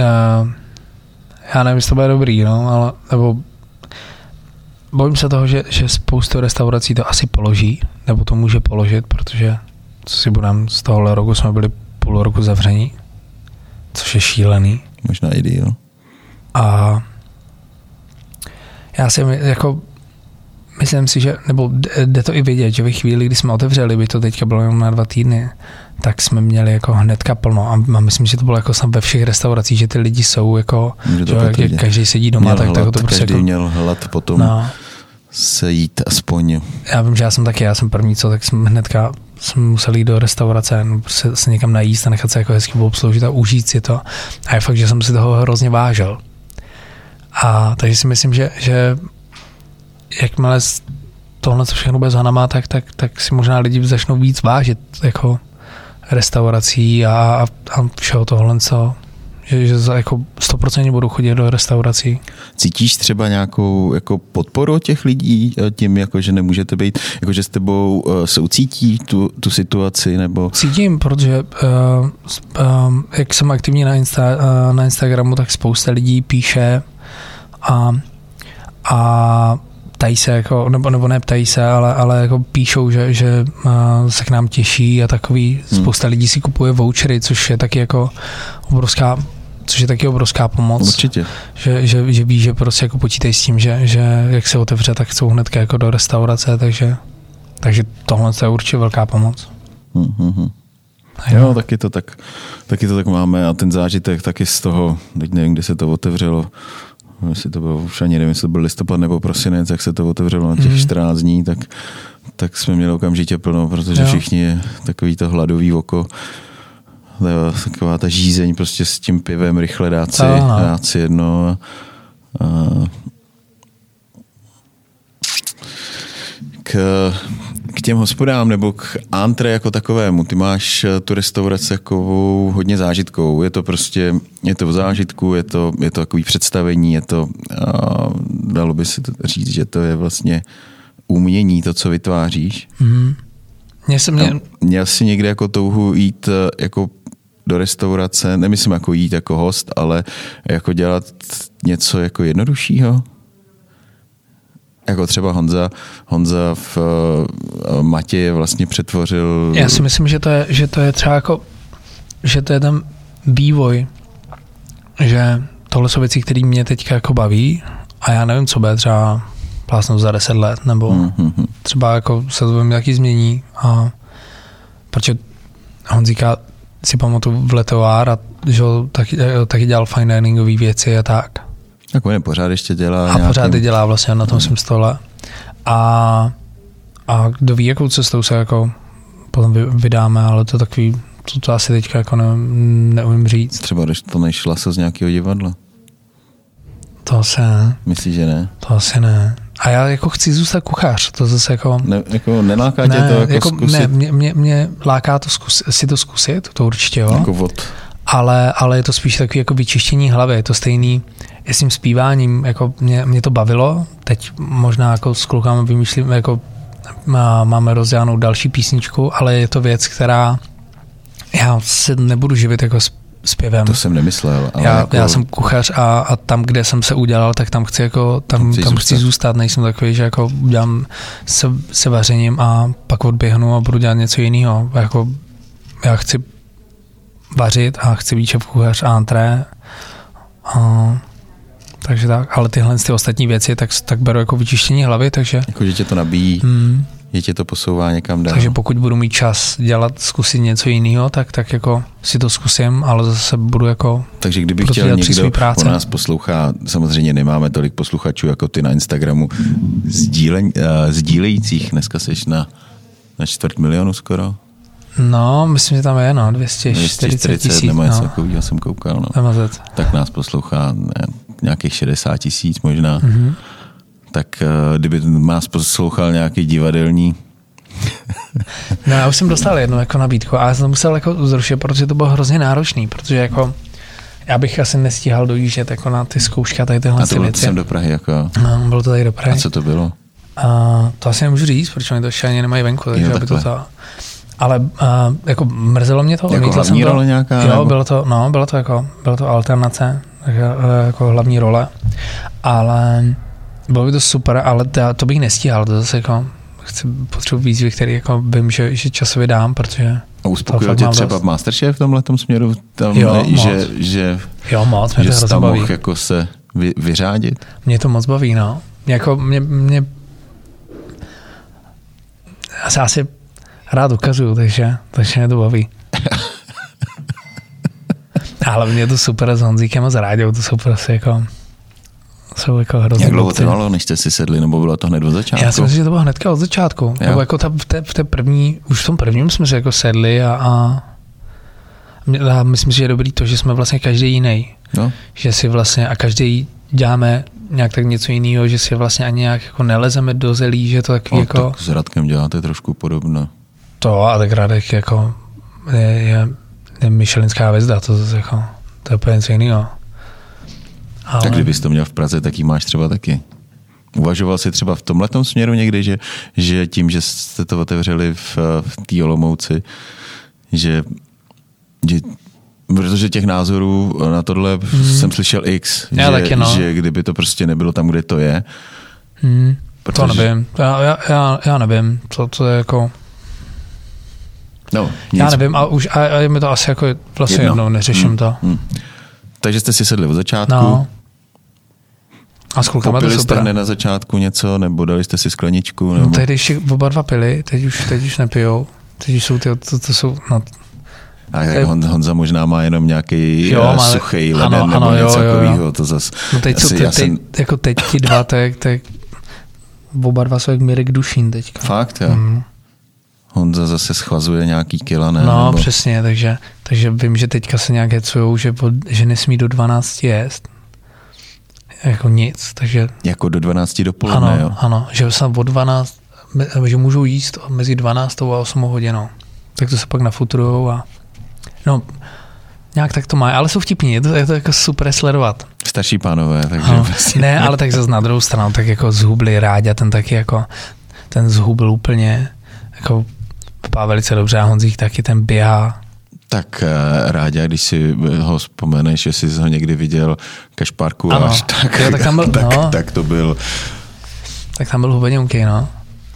B: já nevím, jestli to bude dobrý, no, ale nebo bojím se toho, že spoustu restaurací to asi položí, nebo to může položit, protože co si budeme, z tohohle roku jsme byli půl roku zavření, což je šílený.
A: Možná i díl.
B: A já si jako myslím si, že, nebo jde to i vidět, že ve chvíli, kdy jsme otevřeli, by to teďka bylo jenom na 2 týdny, tak jsme měli jako hnedka plno a myslím, že to bylo jako ve všech restauracích, že ty lidi jsou jako, že každý sedí doma, tak to prostě
A: každý
B: jako,
A: měl hlad potom se jít aspoň.
B: Já vím, že já jsem první, tak jsme hnedka museli jít do restaurace, se někam najíst a nechat se jako hezky obsloužit a užít si to. A je fakt, že jsem si toho hrozně vážil. A takže si myslím, že jakmile tohle všechno bude zhanama, tak si možná lidi začnou víc vážit jako restaurací a všeho tohle, že jako 100% budou chodit do restaurací.
A: Cítíš třeba nějakou jako podporu těch lidí tím, jako, že nemůžete být, jako, že s tebou soucítí tu situaci? Nebo?
B: Cítím, protože jak jsem aktivní na Instagramu, tak spousta lidí píše a ptají se, jako, nebo ne ptají se, ale jako píšou, že se k nám těší a takový. Spousta lidí si kupuje vouchery, což je taky jako obrovská pomoc.
A: Určitě.
B: Že ví, že prostě jako počítají s tím, že jak se otevře, tak chcou hnedka jako do restaurace, takže tohle je určitě velká pomoc.
A: Mm-hmm. Jo, taky to tak máme a ten zážitek taky z toho, teď nevím, kdy se to otevřelo, jestli to bylo, už ani nevím, jestli to byl listopad nebo prosinec, jak se to otevřelo na těch 14 dní, tak jsme měli okamžitě plno, protože všichni je takový to hladový oko, taková ta žízeň prostě s tím pivem, rychle dát si jedno. K těm hospodám nebo k antre jako takovému, ty máš tu restauraci jako hodně zážitkou, je to v zážitku, je to takový představení, dalo by se to říct, že to je vlastně umění, to, co vytváříš. Měl jsi někde jako touhu jít jako do restaurace, nemyslím jako jít jako host, ale jako dělat něco jako jednoduššího? Jako třeba Honza v Matěje vlastně přetvořil...
B: Já si myslím, že to je třeba jako, že to je ten vývoj, že tohle jsou věci, které mě teďka jako baví a já nevím, co bude třeba plásnout za 10 let, nebo třeba jako se to nějaký změní a protože Honzíka si pamatuju v Letoár a že taky dělal fine diningové věci a tak.
A: Tak on pořád ještě dělá.
B: A pořád je dělá vlastně na tom svém stole. A kdo ví, jakou cestou se jako potom vydáme, ale to takový, to asi teďka jako neumím říct.
A: Třeba když to nešla se z nějakého divadla.
B: To asi ne.
A: Myslíš, že ne?
B: To asi ne. A já jako chci zůstat kuchař, to zase jako...
A: jako neláká tě to jako zkusit?
B: Ne, mě láká to si to zkusit, to určitě jo.
A: Jako
B: ale je to spíš takový jako vyčištění hlavy, je to stejný i s tím zpíváním, jako mě to bavilo, teď možná jako s klukama vymýšlím, jako máme rozdělanou další písničku, ale je to věc, která já se nebudu živit jako zpěvem.
A: To jsem nemyslel. Ale
B: já jsem kuchař a tam, kde jsem se udělal, tak tam chci jako, tam chci zůstat, nejsem takový, že jako udělám se vařením a pak odběhnu a budu dělat něco jiného. Jako já chci vařit a chci být šéf kuchař a entré. Takže tak, ale tyhle ty ostatní věci tak beru jako vyčištění hlavy, takže...
A: Jako, že tě to nabíjí, že tě to posouvá někam dál.
B: Takže pokud budu mít čas zkusit něco jiného, tak jako si to zkusím, ale zase budu jako...
A: Takže kdyby chtěl někdo, u nás poslouchá, samozřejmě nemáme tolik posluchačů jako ty na Instagramu, sdílejících, dneska seš na 250 000 skoro.
B: No, myslím, že tam je, 240 000.
A: Nebo něco takového jsem koukal, Tak nás poslouchá nějakých 60 000 možná. Mm-hmm. Tak kdyby nás poslouchal nějaký divadelní...
B: No, já už jsem dostal jednu jako nabídku a já jsem musel jako zrušit, protože to bylo hrozně náročný, protože jako já bych asi nestíhal dojíždět jako na ty zkoušky a tady tyhle věci. A to bylo
A: sem do Prahy jako?
B: No, bylo to tady do Prahy.
A: A co to bylo?
B: To asi nemůžu říct, protože oni to ještě ani nemají venku, takže aby to... Ale jako mrzelo mě to.
A: Jako hlavní role nějaká?
B: Jo, bylo to alternace, jako hlavní role, ale bylo by to super, ale to bych nestíhal, to zase jako potřebuji výzvy, který jako vím, že časově dám, protože...
A: A uspokojil tě třeba Masterchef v tomhletom směru? Tam,
B: jo,
A: že
B: moc, mě to hrozně baví.
A: Mohl jako se vyřádit?
B: Mě to moc baví, no. Jako mě asi rád ukazuju, takže mě to baví. Ale mě to super s Honzíkem a s Ráďou, to jsou prostě jako hrozně.
A: Jak dlouho trvalo, než jste si sedli, nebo bylo to hned od začátku?
B: Já si myslím, že to bylo hnedka od začátku. Nebo jako v té první, už v tom prvním jsme se jako sedli a myslím si, že je dobrý to, že jsme vlastně každý jiný. No. Že si vlastně a každý děláme nějak tak něco jiného, že si vlastně ani nějak jako nelezeme do zelí, že to takový jako...
A: Tak s Radkem děláte trošku podobno.
B: To a tak Radek jako je michelinská hvězda, to je úplně něco jiného. Ale...
A: Tak kdybys to měl v Praze, tak ji máš třeba taky. Uvažoval jsi třeba v tomhletom směru někdy, že tím, že jste to otevřeli v té Olomouci, že protože těch názorů na tohle jsem slyšel X, že kdyby to prostě nebylo tam, kde to je.
B: Protože... To nevím. Já nevím. To je jako...
A: No,
B: já nevím, a je mi to asi jako vlastně jednou, neřeším to.
A: Takže jste si sedli od začátku.
B: No. A s klukama to super.
A: Popili jste na začátku něco, nebo dali jste si skleničku? Nebo...
B: No, teď ještě oba dva pili, teď už nepijou. Teď už jsou to jsou... No.
A: A jak Honza možná má jenom nějaký suchý leden nebo něco takového. To zas,
B: no teď jako teď ti dva, tak oba dva jsou jak Mirek Dušín teďka.
A: Fakt, jo? Honza zase schlazuje nějaký kila, ne?
B: No, nebo... přesně, takže vím, že teďka se nějak hecujou, že nesmí do 12 jíst. Jako nic, takže... Jako
A: do 12 dopoledne, jo?
B: Ano, že jsem od 12, že můžou jíst mezi 12 a 8 hodinou. Tak to se pak nafutrujou a... No, nějak tak to má, ale jsou vtipní, je to jako super sledovat.
A: Starší pánové, takže...
B: Vlastně... Ne, ale tak zase na druhou stranu, tak jako zhubli Ráďa, ten taky jako... Ten zhubl úplně, jako vypadá velice dobře a Honzík taky ten běhá.
A: Tak Ráďa, když si ho vzpomeneš, jestli jsi ho někdy viděl Kašpárku, tak to byl...
B: Tak tam byl hubeňunký, no.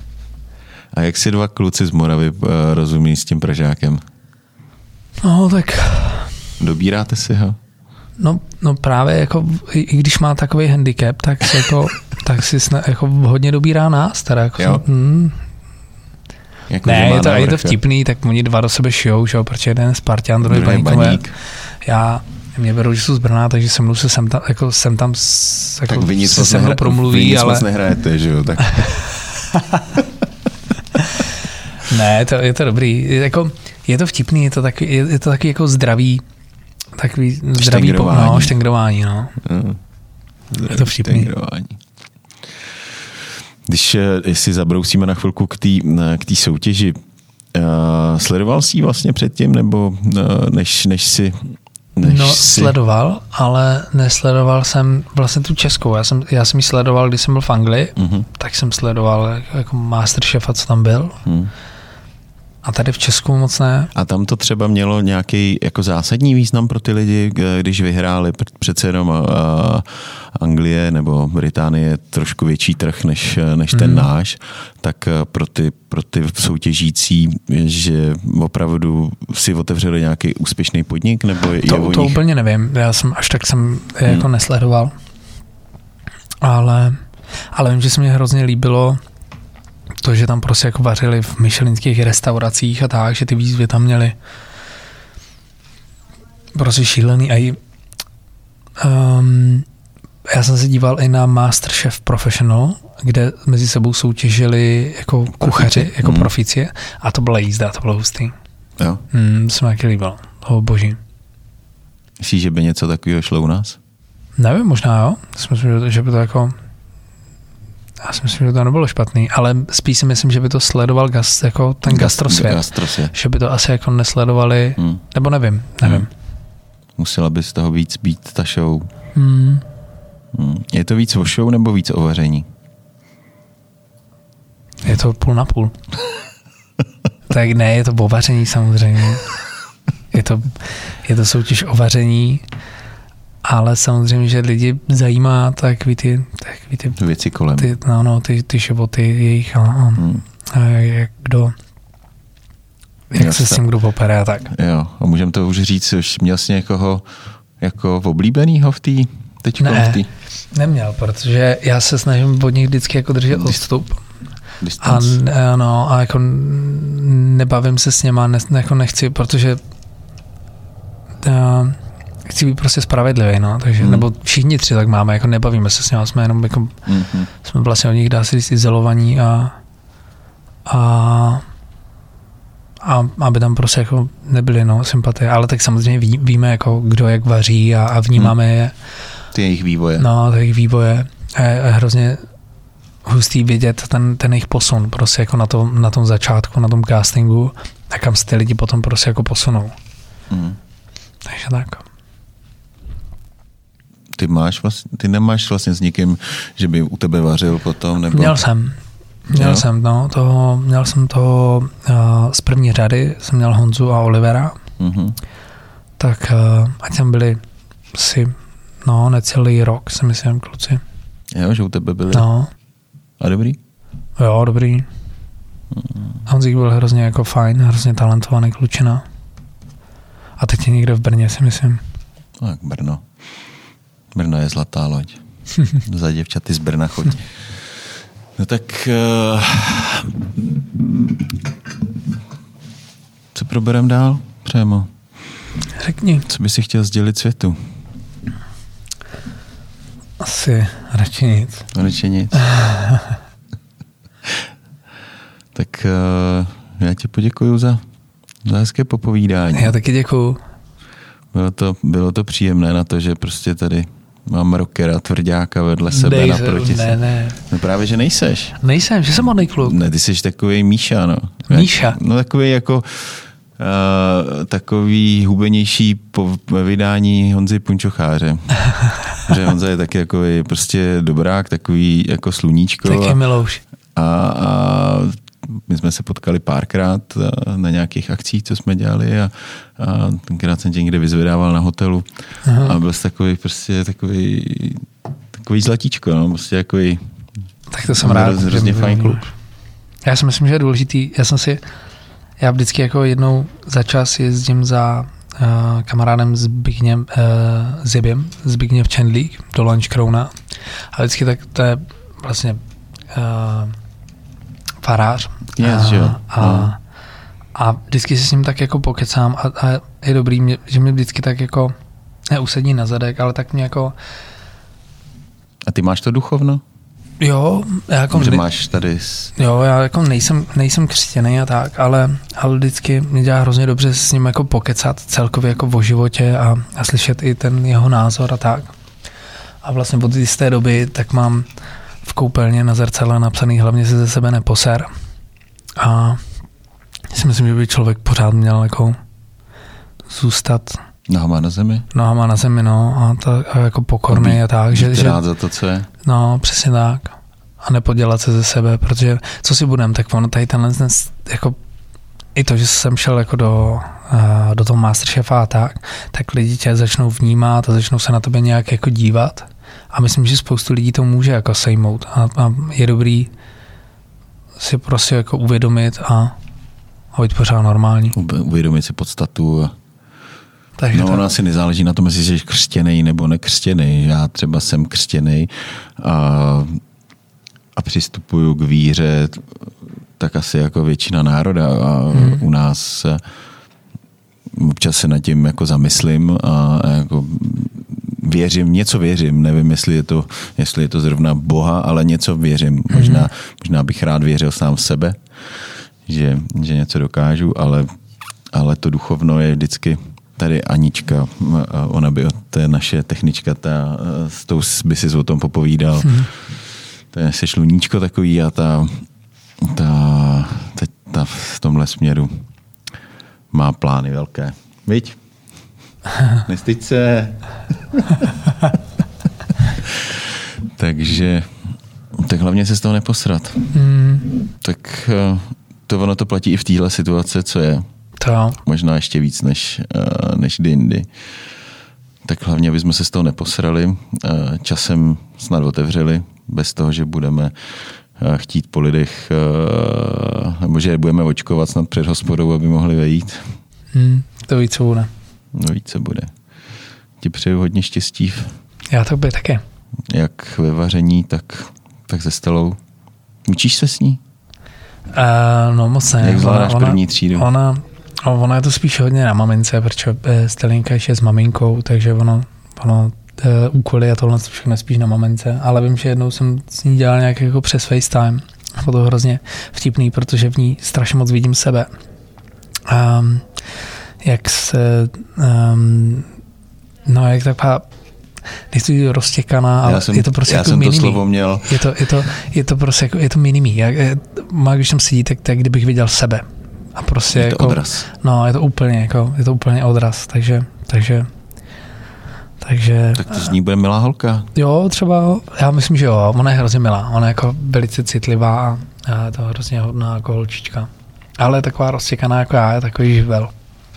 A: A jak si dva kluci z Moravy rozumí s tím Pražákem?
B: No, tak...
A: Dobíráte si ho?
B: No právě jako, i když má takový handicap, tak si jako hodně dobírá nás, teda jako...
A: Jo. Jako
B: ne, je to vtipný, tak oni dva do sebe šijou, že jo, protože jeden je Spartan, druhý Baník. Mě berou, že jsou z Brna, takže se mnou se sem tam jako
A: tak vy nic
B: se mnou promluví,
A: vy nic
B: ale...
A: moc nehrajete, že jo? Tak.
B: Ne, je to dobrý. Jako, je to vtipný, je to taky jako zdravý štengrování, no. Je to vtipný.
A: Když si zabrousíme na chvilku k té soutěži, sledoval jsi ji vlastně předtím, nebo než si...
B: Sledoval, ale nesledoval jsem vlastně tu českou. Já jsem ji sledoval, když jsem byl v Anglii, tak jsem sledoval jako Masterchefa, co tam byl. A tady v Česku moc ne.
A: A tam to třeba mělo nějaký jako zásadní význam pro ty lidi, když vyhráli přece jenom Anglie nebo Británie trošku větší trh než ten náš, tak pro ty soutěžící, že opravdu si otevřeli nějaký úspěšný podnik, nebo
B: to úplně nevím. Já jsem jako nesledoval. Ale vím, že se mě hrozně líbilo to, že tam prostě jako vařili v michelinských restauracích a tak, že ty výzvy tam měly prostě šílený. A já jsem se díval i na Masterchef Professional, kde mezi sebou soutěžili jako kuchaři, jako proficie, a to byla jízda, to bylo hustý.
A: Jo.
B: To se mi taky líbilo. Oh, boží.
A: Myslíš, že by něco takového šlo u nás?
B: Nevím, možná jo. Že by to jako... Já si myslím, že to nebylo špatný, ale spíš si myslím, že by to sledoval jako ten gastrosvět. Že by to asi jako nesledovali, nebo nevím.
A: Musela by z toho víc být ta show. Je to víc o show nebo víc o vaření?
B: Je to půl na půl. Tak ne, je to o vaření samozřejmě. Je to soutěž o vaření, ale samozřejmě, že lidi zajímá takový ty
A: věci kolem.
B: Ty životy jejich a jak se s tím kdo popere a tak.
A: Jo, a můžeme to už říct, už měl jsi někoho jako oblíbenýho v té
B: Neměl, protože já se snažím od nich vždycky jako držet odstup. A jako nebavím se s něma, jako nechci, protože chci být prostě spravedlivý, no, takže, nebo všichni tři tak máme, jako nebavíme se s něma, jsme jenom jako, jsme vlastně od nich, dá se říct, izolovaní a aby tam prostě jako nebyly, no, sympatie, ale tak samozřejmě víme, jako kdo jak vaří a vnímáme je.
A: Ty jejich vývoje.
B: No, ty jejich vývoje. A je hrozně hustý vidět ten jejich posun, prostě jako na tom začátku, na tom castingu, a kam se ty lidi potom prostě jako posunou. Takže tak.
A: Ty nemáš vlastně s nikým, že by u tebe vařil potom? Nebo...
B: Měl jsem to z první řady, jsem měl Honzu a Olivera, tak ať tam byli necelý rok, si myslím, kluci.
A: Jo, že u tebe byli?
B: No.
A: A dobrý?
B: Jo, dobrý. Honzík byl hrozně jako fajn, hrozně talentovaný klučina. A teď je někde v Brně, si myslím.
A: Tak Brno. Brno je zlatá loď. Za děvčaty z Brna chodí. No tak co proberem dál, Přemo?
B: Řekni.
A: Co by si chtěl sdělit světu?
B: Asi radši nic.
A: Radši nic. Tak já ti poděkuju za hezké popovídání.
B: Já taky děkuju.
A: Bylo to příjemné na to, že prostě tady mám rockera, tvrďáka vedle sebe naproti.
B: Ne.
A: No právě, že nejseš.
B: Nejsem, že jsem modný kluk.
A: Ne, ty jsi takový Míša, no.
B: Míša?
A: No takový jako takový hubenější po vydání Honzy Punčocháře. Že Honza je taky jako prostě dobrák, takový jako sluníčko.
B: Taky milouš.
A: A my jsme se potkali párkrát na nějakých akcích, co jsme dělali a tenkrát jsem tě někde vyzvedával na hotelu. Aha. A byl jsi takový prostě takový zlatíčko, no, prostě takový.
B: Tak to jsem rád.
A: Hrozně fajn klub.
B: Já si myslím, že je důležitý, já vždycky jako jednou za čas jezdím za kamarádem Zbigněv Čendlík do Lanškrouna a vždycky tak to je vlastně farář. A vždycky si s ním tak jako pokecám a je dobrý, že mě vždycky tak jako neusedí na zadek, ale tak mě jako...
A: A ty máš to duchovno?
B: Jo, já jako...
A: Že máš tady...
B: Jo, já jako nejsem křesťaný a tak, ale vždycky mě dělá hrozně dobře s ním jako pokecat celkově jako o životě a slyšet i ten jeho názor a tak. A vlastně od jisté doby tak mám v koupelně na zrcadle napsaný hlavně se ze sebe neposer. A si myslím, že by člověk pořád měl jako zůstat
A: nohama na zemi,
B: no, a jako pokorný a tak.
A: Že rád za to, co je.
B: No, přesně tak. A nepodělat se ze sebe, protože co si budem, tak ono tady tenhle jako i to, že jsem šel jako do toho Masterchefa a tak lidi tě začnou vnímat a začnou se na tebe nějak jako dívat. A myslím, že spoustu lidí to může jako sejmout a je dobrý si prostě jako uvědomit a být pořád normální.
A: Uvědomit si podstatu.
B: Takže
A: ono asi nezáleží na tom, jestli jsi křtěnej nebo nekřtěnej. Já třeba jsem křtěnej a přistupuju k víře tak asi jako většina národa a u nás občas se nad tím jako zamyslím a jako něco věřím, nevím, jestli je to zrovna Boha, ale něco věřím. Možná bych rád věřil sám v sebe, že něco dokážu, ale to duchovno je vždycky tady Anička, ona by, to je naše technička, s tou by si o tom popovídal. To je sluníčko takový a ta v tomhle směru má plány velké. Viď? Nestyď se. Takže tak hlavně se z toho neposrat. Tak ono to platí i v téhle situaci, co je.
B: To.
A: Možná ještě víc než jindy. Tak hlavně, aby jsme se z toho neposrali, časem snad otevřeli, bez toho, že budeme chtít po lidech, nebo že budeme očkovat snad před hospodou, aby mohli vejít.
B: To víc co bude.
A: No víc co bude. Ti přeju hodně štěstí.
B: Já to by také.
A: Jak ve vaření, tak se Stelou. Učíš se s ní?
B: No moc ne.
A: Jak zvládáš první třídu?
B: Ona je to spíš hodně na mamince, protože Stelinka ještě s maminkou, takže ono úkoly a tohle všechno spíš na mamince, ale vím, že jednou jsem s ní dělal nějak jako přes FaceTime. Bylo to hrozně vtipný, protože v ní strašně moc vidím sebe. Jak se jak taková nechci roztěkaná, ale je to prostě jako minimí. Já jsem to slovo měl. Je to prostě jako, je to minimí. Když tam sedí, tak kdybych viděl sebe. A prostě
A: je to
B: jako,
A: odraz.
B: No, je to úplně odraz, takže
A: tak to z ní bude milá holka.
B: Jo, třeba, já myslím, že jo, ona je hrozně milá, ona je jako velice citlivá a je to hrozně hodná jako holčička. Ale je taková roztěkaná jako já, je takový živel.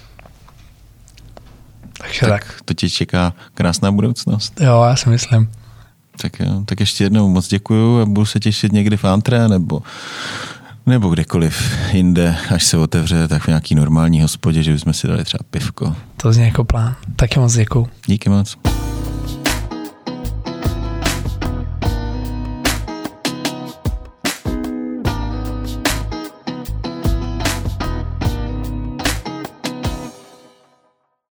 B: Takže tak.
A: To tě čeká krásná budoucnost.
B: Jo, já si myslím.
A: Tak jo, tak ještě jednou moc děkuju a budu se těšit někdy v Antré nebo kdekoliv jinde, až se otevře, tak v nějaký normální hospodě, že bychom si dali třeba pivko.
B: To zní jako plán. Taky moc děkuju.
A: Díky moc.